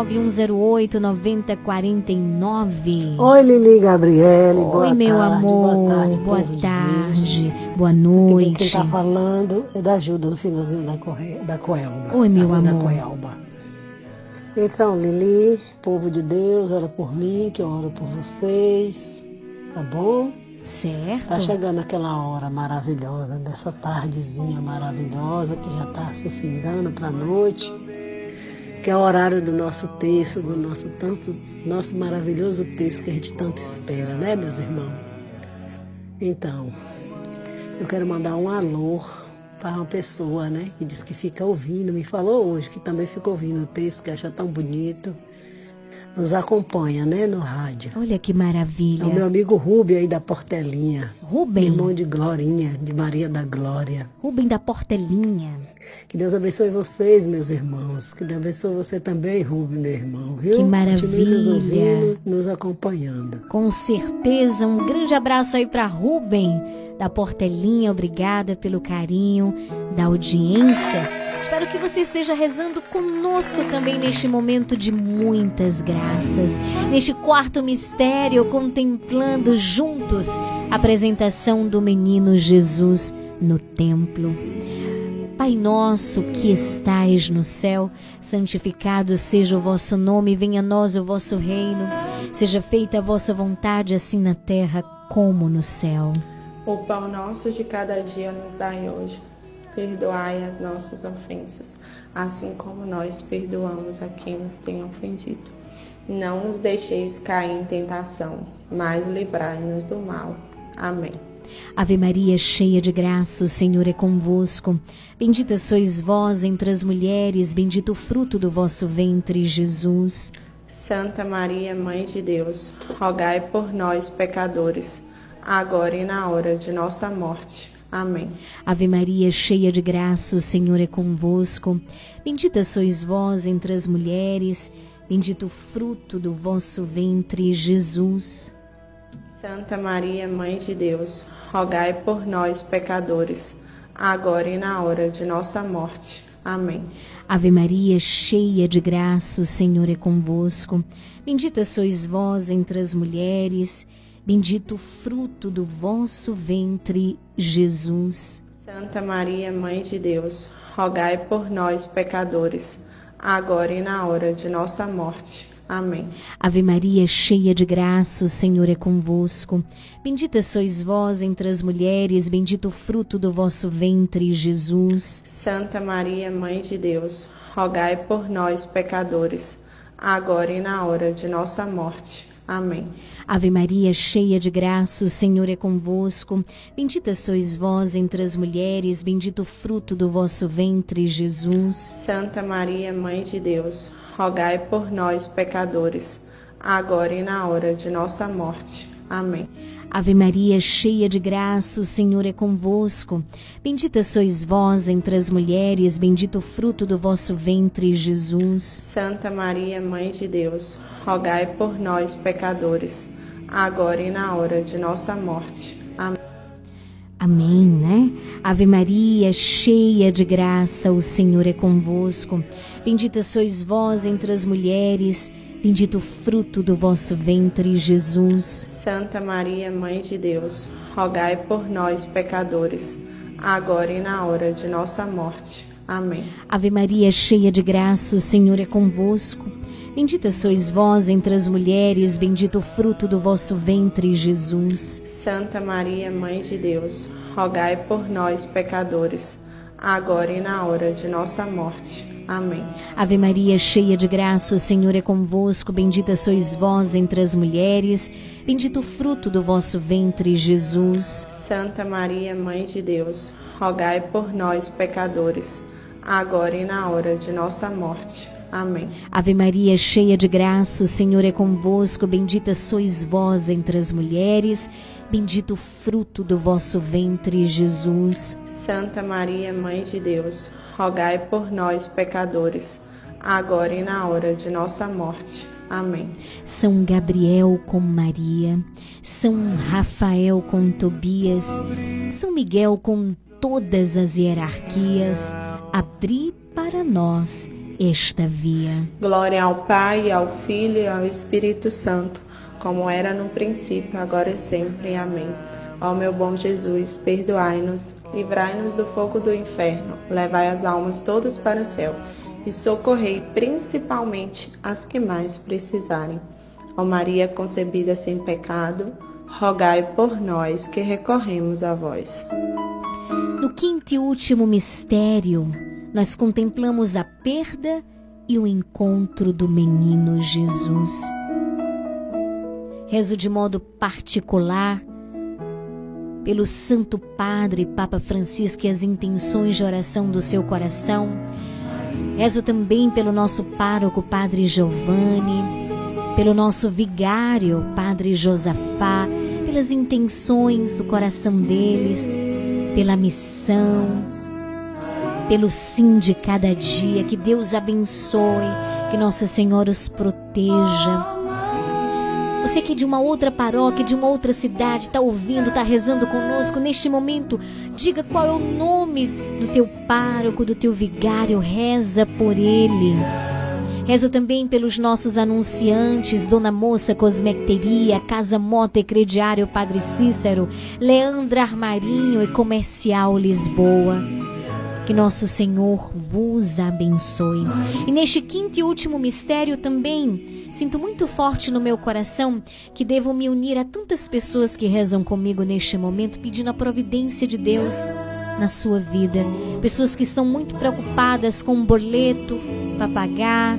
9108-9049. Oi, Lili Gabriele, boa tarde. Oi, meu amor, boa tarde, boa noite. Quem está falando é da ajuda no finalzinho da Coelba. Oi, meu amor. Da Coelba. Então, Lili, povo de Deus, ora por mim, que eu oro por vocês, tá bom? Certo. Tá chegando aquela hora maravilhosa, dessa tardezinha maravilhosa que já tá se findando pra noite, que é o horário do nosso texto, do nosso maravilhoso texto que a gente tanto espera, né, meus irmãos? Então, eu quero mandar um alô para uma pessoa, né, que diz que fica ouvindo, me falou hoje que também fica ouvindo o texto, que acha tão bonito. Nos acompanha, né, no rádio. Olha que maravilha. É o meu amigo Rubem aí da Portelinha. Rubem? Irmão de Glorinha, de Maria da Glória. Rubem da Portelinha. Que Deus abençoe vocês, meus irmãos. Que Deus abençoe você também, Rubem, meu irmão, viu? Que maravilha. Continue nos ouvindo, nos acompanhando. Com certeza. Um grande abraço aí para Rubem da Portelinha. Obrigada pelo carinho, da audiência. Espero que você esteja rezando conosco também neste momento de muitas graças. Neste quarto mistério, contemplando juntos a apresentação do menino Jesus no templo. Pai nosso que estais no céu, santificado seja o vosso nome, venha a nós o vosso reino. Seja feita a vossa vontade, assim na terra como no céu. O pão nosso de cada dia nos dai hoje. Perdoai as nossas ofensas, assim como nós perdoamos a quem nos tem ofendido. Não nos deixeis cair em tentação, mas livrai-nos do mal. Amém. Ave Maria, cheia de graça, o Senhor é convosco. Bendita sois vós entre as mulheres, bendito o fruto do vosso ventre, Jesus. Santa Maria, Mãe de Deus, rogai por nós, pecadores, agora e na hora de nossa morte. Amém. Ave Maria, cheia de graça, o Senhor é convosco. Bendita sois vós entre as mulheres, bendito o fruto do vosso ventre, Jesus. Santa Maria, Mãe de Deus, rogai por nós, pecadores, agora e na hora de nossa morte. Amém. Ave Maria, cheia de graça, o Senhor é convosco. Bendita sois vós entre as mulheres, bendito o fruto do vosso ventre, Jesus. Santa Maria, Mãe de Deus, rogai por nós, pecadores, agora e na hora de nossa morte. Amém. Ave Maria, cheia de graça, o Senhor é convosco. Bendita sois vós entre as mulheres, bendito o fruto do vosso ventre, Jesus. Santa Maria, Mãe de Deus, rogai por nós, pecadores, agora e na hora de nossa morte. Amém. Ave Maria, cheia de graça, o Senhor é convosco. Bendita sois vós entre as mulheres, bendito o fruto do vosso ventre, Jesus. Santa Maria, Mãe de Deus, rogai por nós, pecadores, agora e na hora de nossa morte. Amém. Ave Maria, cheia de graça, o Senhor é convosco. Bendita sois vós entre as mulheres, bendito o fruto do vosso ventre, Jesus. Santa Maria, Mãe de Deus, rogai por nós, pecadores, agora e na hora de nossa morte. Amém. Amém, né? Ave Maria, cheia de graça, o Senhor é convosco. Bendita sois vós entre as mulheres, bendito o fruto do vosso ventre, Jesus. Santa Maria, Mãe de Deus, rogai por nós, pecadores, agora e na hora de nossa morte. Amém. Ave Maria, cheia de graça, o Senhor é convosco. Bendita sois vós entre as mulheres, bendito o fruto do vosso ventre, Jesus. Santa Maria, Mãe de Deus, rogai por nós, pecadores, agora e na hora de nossa morte. Amém. Ave Maria, cheia de graça, o Senhor é convosco. Bendita sois vós entre as mulheres, bendito o fruto do vosso ventre, Jesus. Santa Maria, Mãe de Deus, rogai por nós, pecadores, agora e na hora de nossa morte. Amém. Ave Maria, cheia de graça, o Senhor é convosco. Bendita sois vós entre as mulheres, bendito o fruto do vosso ventre, Jesus. Santa Maria, Mãe de Deus, rogai por nós, pecadores, agora e na hora de nossa morte. Amém. São Gabriel com Maria, São Rafael com Tobias, São Miguel com todas as hierarquias, abri para nós esta via. Glória ao Pai, ao Filho e ao Espírito Santo, como era no princípio, agora e sempre. Amém. Ó meu bom Jesus, perdoai-nos, livrai-nos do fogo do inferno, levai as almas todas para o céu e socorrei principalmente as que mais precisarem. Ó Maria concebida sem pecado, rogai por nós que recorremos a vós. No quinto e último mistério, nós contemplamos a perda e o encontro do menino Jesus. Rezo de modo particular pelo Santo Padre Papa Francisco e as intenções de oração do seu coração. Rezo também pelo nosso pároco Padre Giovanni, pelo nosso vigário Padre Josafá, pelas intenções do coração deles, pela missão, pelo sim de cada dia. Que Deus abençoe, que Nossa Senhora os proteja. Você que é de uma outra paróquia, de uma outra cidade, está ouvindo, está rezando conosco neste momento, diga qual é o nome do teu pároco, do teu vigário, reza por ele. Rezo também pelos nossos anunciantes, Dona Moça Cosmecteria, Casa Mota e Crediário Padre Cícero, Leandra Armarinho e Comercial Lisboa. Que nosso Senhor vos abençoe. E neste quinto e último mistério também, sinto muito forte no meu coração que devo me unir a tantas pessoas que rezam comigo neste momento, pedindo a providência de Deus na sua vida. Pessoas que estão muito preocupadas com um boleto para pagar,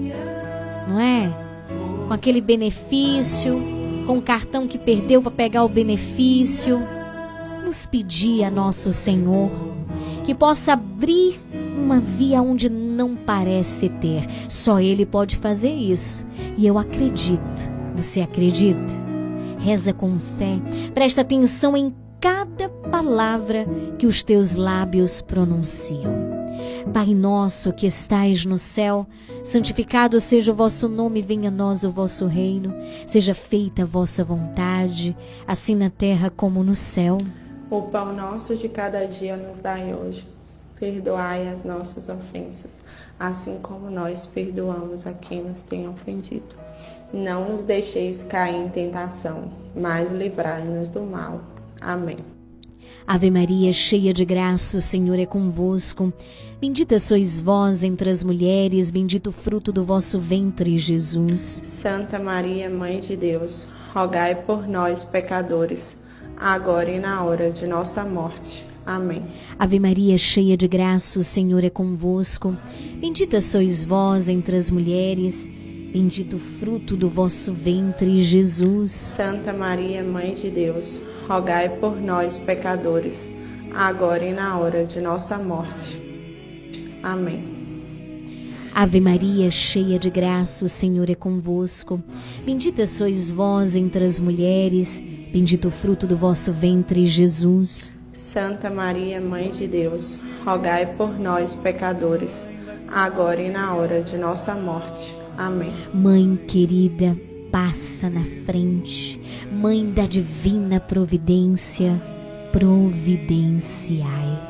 não é? Com aquele benefício, com o cartão que perdeu para pegar o benefício. Vamos pedir a nosso Senhor que possa abrir uma via onde não parece ter. Só Ele pode fazer isso. E eu acredito. Você acredita? Reza com fé. Presta atenção em cada palavra que os teus lábios pronunciam. Pai nosso que estais no céu, santificado seja o vosso nome, venha a nós o vosso reino, seja feita a vossa vontade, assim na terra como no céu. O pão nosso de cada dia nos dai hoje. Perdoai as nossas ofensas, assim como nós perdoamos a quem nos tem ofendido. Não nos deixeis cair em tentação, mas livrai-nos do mal. Amém. Ave Maria, cheia de graça, o Senhor é convosco. Bendita sois vós entre as mulheres, bendito o fruto do vosso ventre, Jesus. Santa Maria, Mãe de Deus, rogai por nós, pecadores, agora e na hora de nossa morte. Amém. Ave Maria, cheia de graça, o Senhor é convosco. Bendita sois vós entre as mulheres, bendito o fruto do vosso ventre, Jesus. Santa Maria, Mãe de Deus, rogai por nós, pecadores, agora e na hora de nossa morte. Amém. Ave Maria, cheia de graça, o Senhor é convosco. Bendita sois vós entre as mulheres, bendito o fruto do vosso ventre, Jesus. Santa Maria, Mãe de Deus, rogai por nós, pecadores, agora e na hora de nossa morte. Amém. Mãe querida, passa na frente. Mãe da divina providência, providenciai.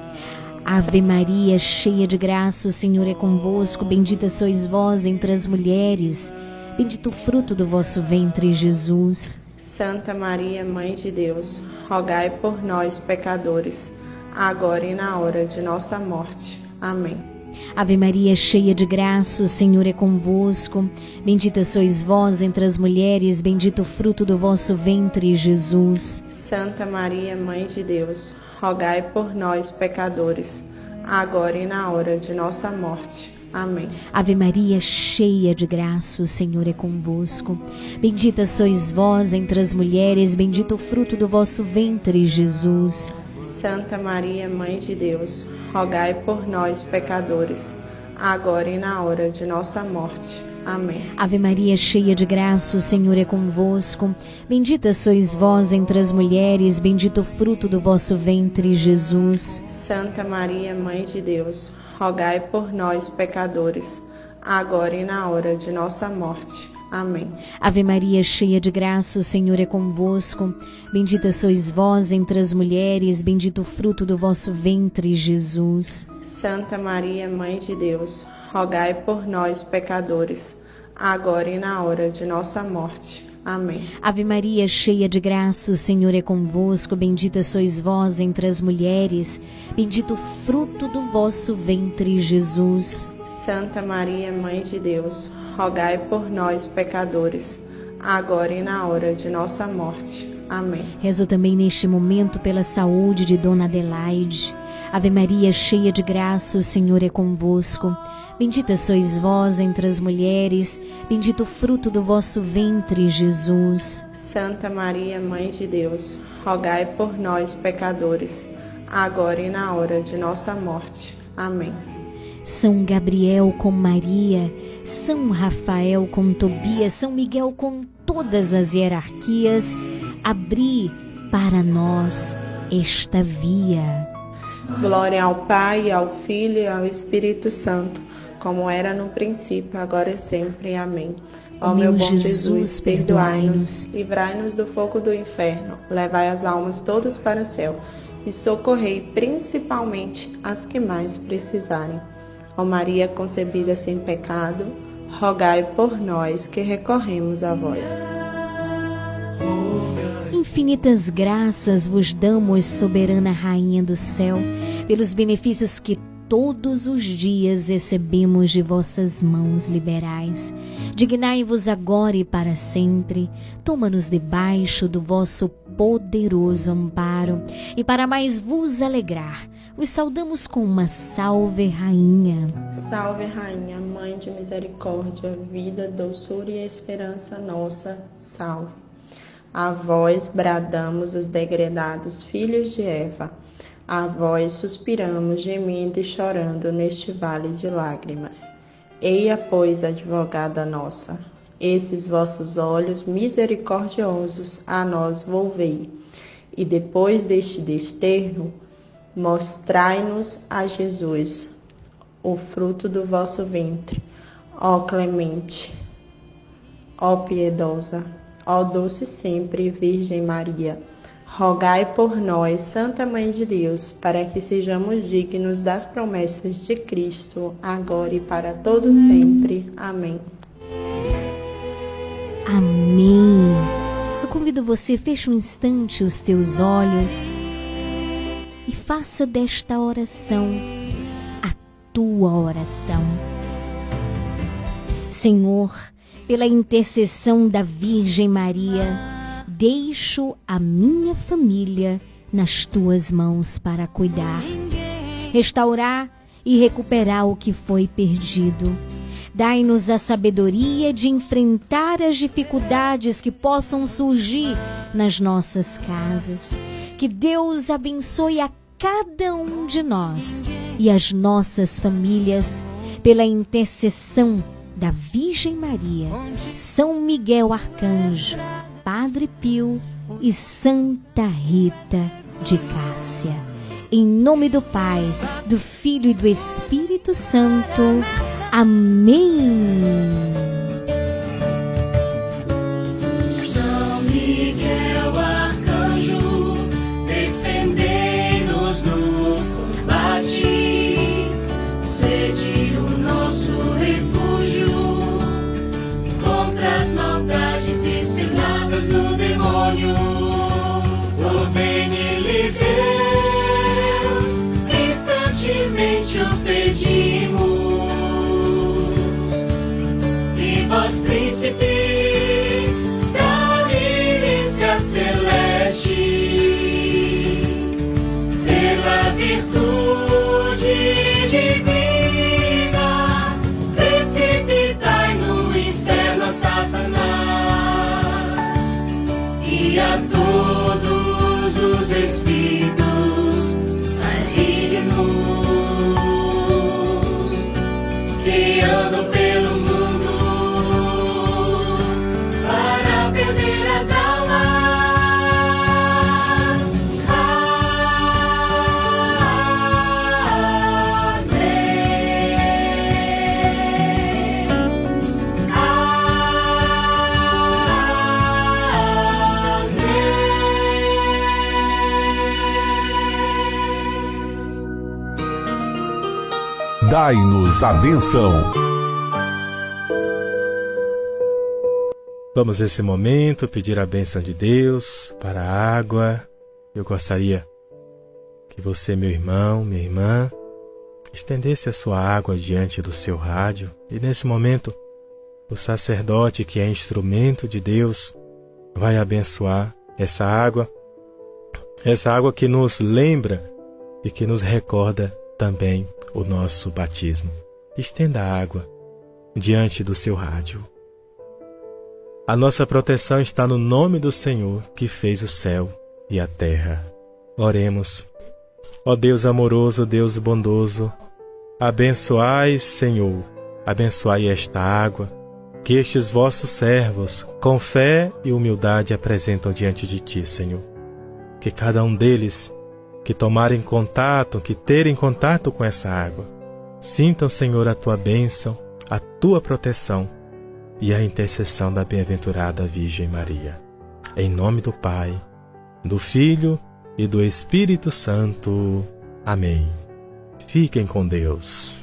Ave Maria, cheia de graça, o Senhor é convosco. Bendita sois vós entre as mulheres, bendito o fruto do vosso ventre, Jesus. Santa Maria, Mãe de Deus, rogai por nós, pecadores, agora e na hora de nossa morte. Amém. Ave Maria, cheia de graça, o Senhor é convosco. Bendita sois vós entre as mulheres, bendito o fruto do vosso ventre, Jesus. Santa Maria, Mãe de Deus, rogai por nós, pecadores, agora e na hora de nossa morte. Amém. Ave Maria, cheia de graça, o Senhor é convosco. Bendita sois vós entre as mulheres, bendito o fruto do vosso ventre, Jesus. Santa Maria, Mãe de Deus, rogai por nós, pecadores, agora e na hora de nossa morte. Amém. Ave Maria, cheia de graça, o Senhor é convosco. Bendita sois vós entre as mulheres, bendito o fruto do vosso ventre, Jesus. Santa Maria, Mãe de Deus, rogai por nós, pecadores, agora e na hora de nossa morte. Amém. Ave Maria, cheia de graça, o Senhor é convosco. Bendita sois vós entre as mulheres, bendito o fruto do vosso ventre, Jesus. Santa Maria, Mãe de Deus, rogai por nós, pecadores, agora e na hora de nossa morte. Amém. Ave Maria, cheia de graça, o Senhor é convosco. Bendita sois vós entre as mulheres, bendito o fruto do vosso ventre, Jesus. Santa Maria, Mãe de Deus, rogai por nós, pecadores, agora e na hora de nossa morte. Amém. Rezo também neste momento pela saúde de Dona Adelaide. Ave Maria, cheia de graça, o Senhor é convosco. Bendita sois vós entre as mulheres, bendito o fruto do vosso ventre, Jesus. Santa Maria, Mãe de Deus, rogai por nós, pecadores, agora e na hora de nossa morte. Amém. São Gabriel com Maria, São Rafael com Tobias, São Miguel com todas as hierarquias, abri para nós esta via. Glória ao Pai, ao Filho e ao Espírito Santo, como era no princípio, agora e sempre. Amém. Ó meu bom Jesus, perdoai-nos, livrai-nos do fogo do inferno, levai as almas todas para o céu e socorrei principalmente as que mais precisarem. Ó Maria concebida sem pecado, rogai por nós que recorremos a vós. Infinitas graças vos damos, soberana Rainha do céu, pelos benefícios que todos os dias recebemos de vossas mãos liberais. Dignai-vos agora e para sempre, toma-nos debaixo do vosso poderoso amparo, e para mais vos alegrar, vos saudamos com uma salve, Rainha. Salve, Rainha, Mãe de misericórdia, vida, doçura e esperança nossa, salve. A vós bradamos os degredados filhos de Eva, a vós suspiramos, gemendo e chorando neste vale de lágrimas. Eia, pois, advogada nossa, esses vossos olhos misericordiosos a nós volvei, e depois deste desterro, mostrai-nos a Jesus, o fruto do vosso ventre. Ó clemente, ó piedosa, ó doce sempre Virgem Maria, rogai por nós, Santa Mãe de Deus, para que sejamos dignos das promessas de Cristo, agora e para todo sempre. Amém. Amém. Eu convido você, feche um instante os teus olhos e faça desta oração a tua oração. Senhor, pela intercessão da Virgem Maria, deixo a minha família nas tuas mãos para cuidar, restaurar e recuperar o que foi perdido. Dai-nos a sabedoria de enfrentar as dificuldades que possam surgir nas nossas casas. Que Deus abençoe a cada um de nós e as nossas famílias pela intercessão da Virgem Maria, São Miguel Arcanjo, Padre Pio e Santa Rita de Cássia. Em nome do Pai, do Filho e do Espírito Santo. Amém. São Miguel Arcanjo, defendei-nos no combate, sede o nosso refúgio contra as maldades e ciladas do demônio. Ordene-lhe Deus, instantemente o pedimos. E vós, príncipe da milícia celeste, pela virtude divina, precipitai no inferno a Satanás e a todos os espíritos malignos que andam pelo mundo para perder as almas. Dai-nos a bênção. Vamos nesse momento pedir a bênção de Deus para a água. Eu gostaria que você, meu irmão, minha irmã, estendesse a sua água diante do seu rádio. E nesse momento, o sacerdote, que é instrumento de Deus, vai abençoar essa água que nos lembra e que nos recorda também o nosso batismo. Estenda a água diante do seu rádio. A nossa proteção está no nome do Senhor, que fez o céu e a terra. Oremos. Ó Deus amoroso, Deus bondoso, abençoai, Senhor, abençoai esta água que estes vossos servos, com fé e humildade, apresentam diante de ti, Senhor. Que cada um deles que tomarem contato, que terem contato com essa água, Sintam, Senhor, a tua bênção, a tua proteção e a intercessão da bem-aventurada Virgem Maria. Em nome do Pai, do Filho e do Espírito Santo. Amém. Fiquem com Deus.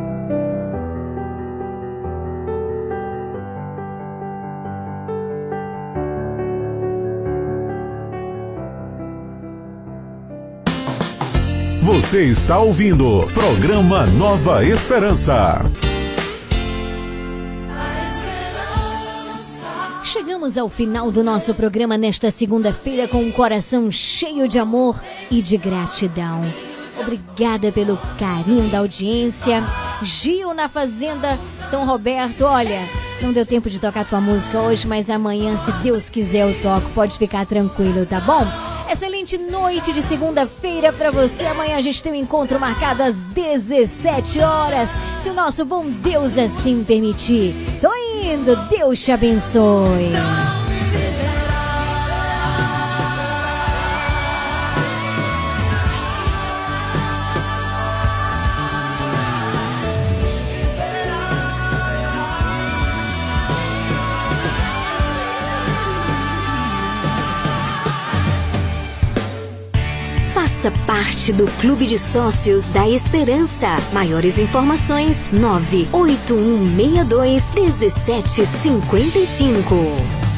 Você está ouvindo Programa Nova Esperança. Chegamos ao final do nosso programa nesta segunda-feira com um coração cheio de amor e de gratidão. Obrigada pelo carinho da audiência. Gil na Fazenda São Roberto, olha, não deu tempo de tocar tua música hoje, mas amanhã, se Deus quiser, eu toco. Pode ficar tranquilo, tá bom? Excelente noite de segunda-feira pra você. Amanhã a gente tem um encontro marcado às 17 horas, se o nosso bom Deus assim permitir. Tô indo, Deus te abençoe. Faça parte do Clube de Sócios da Esperança. Maiores informações: 98162-1755.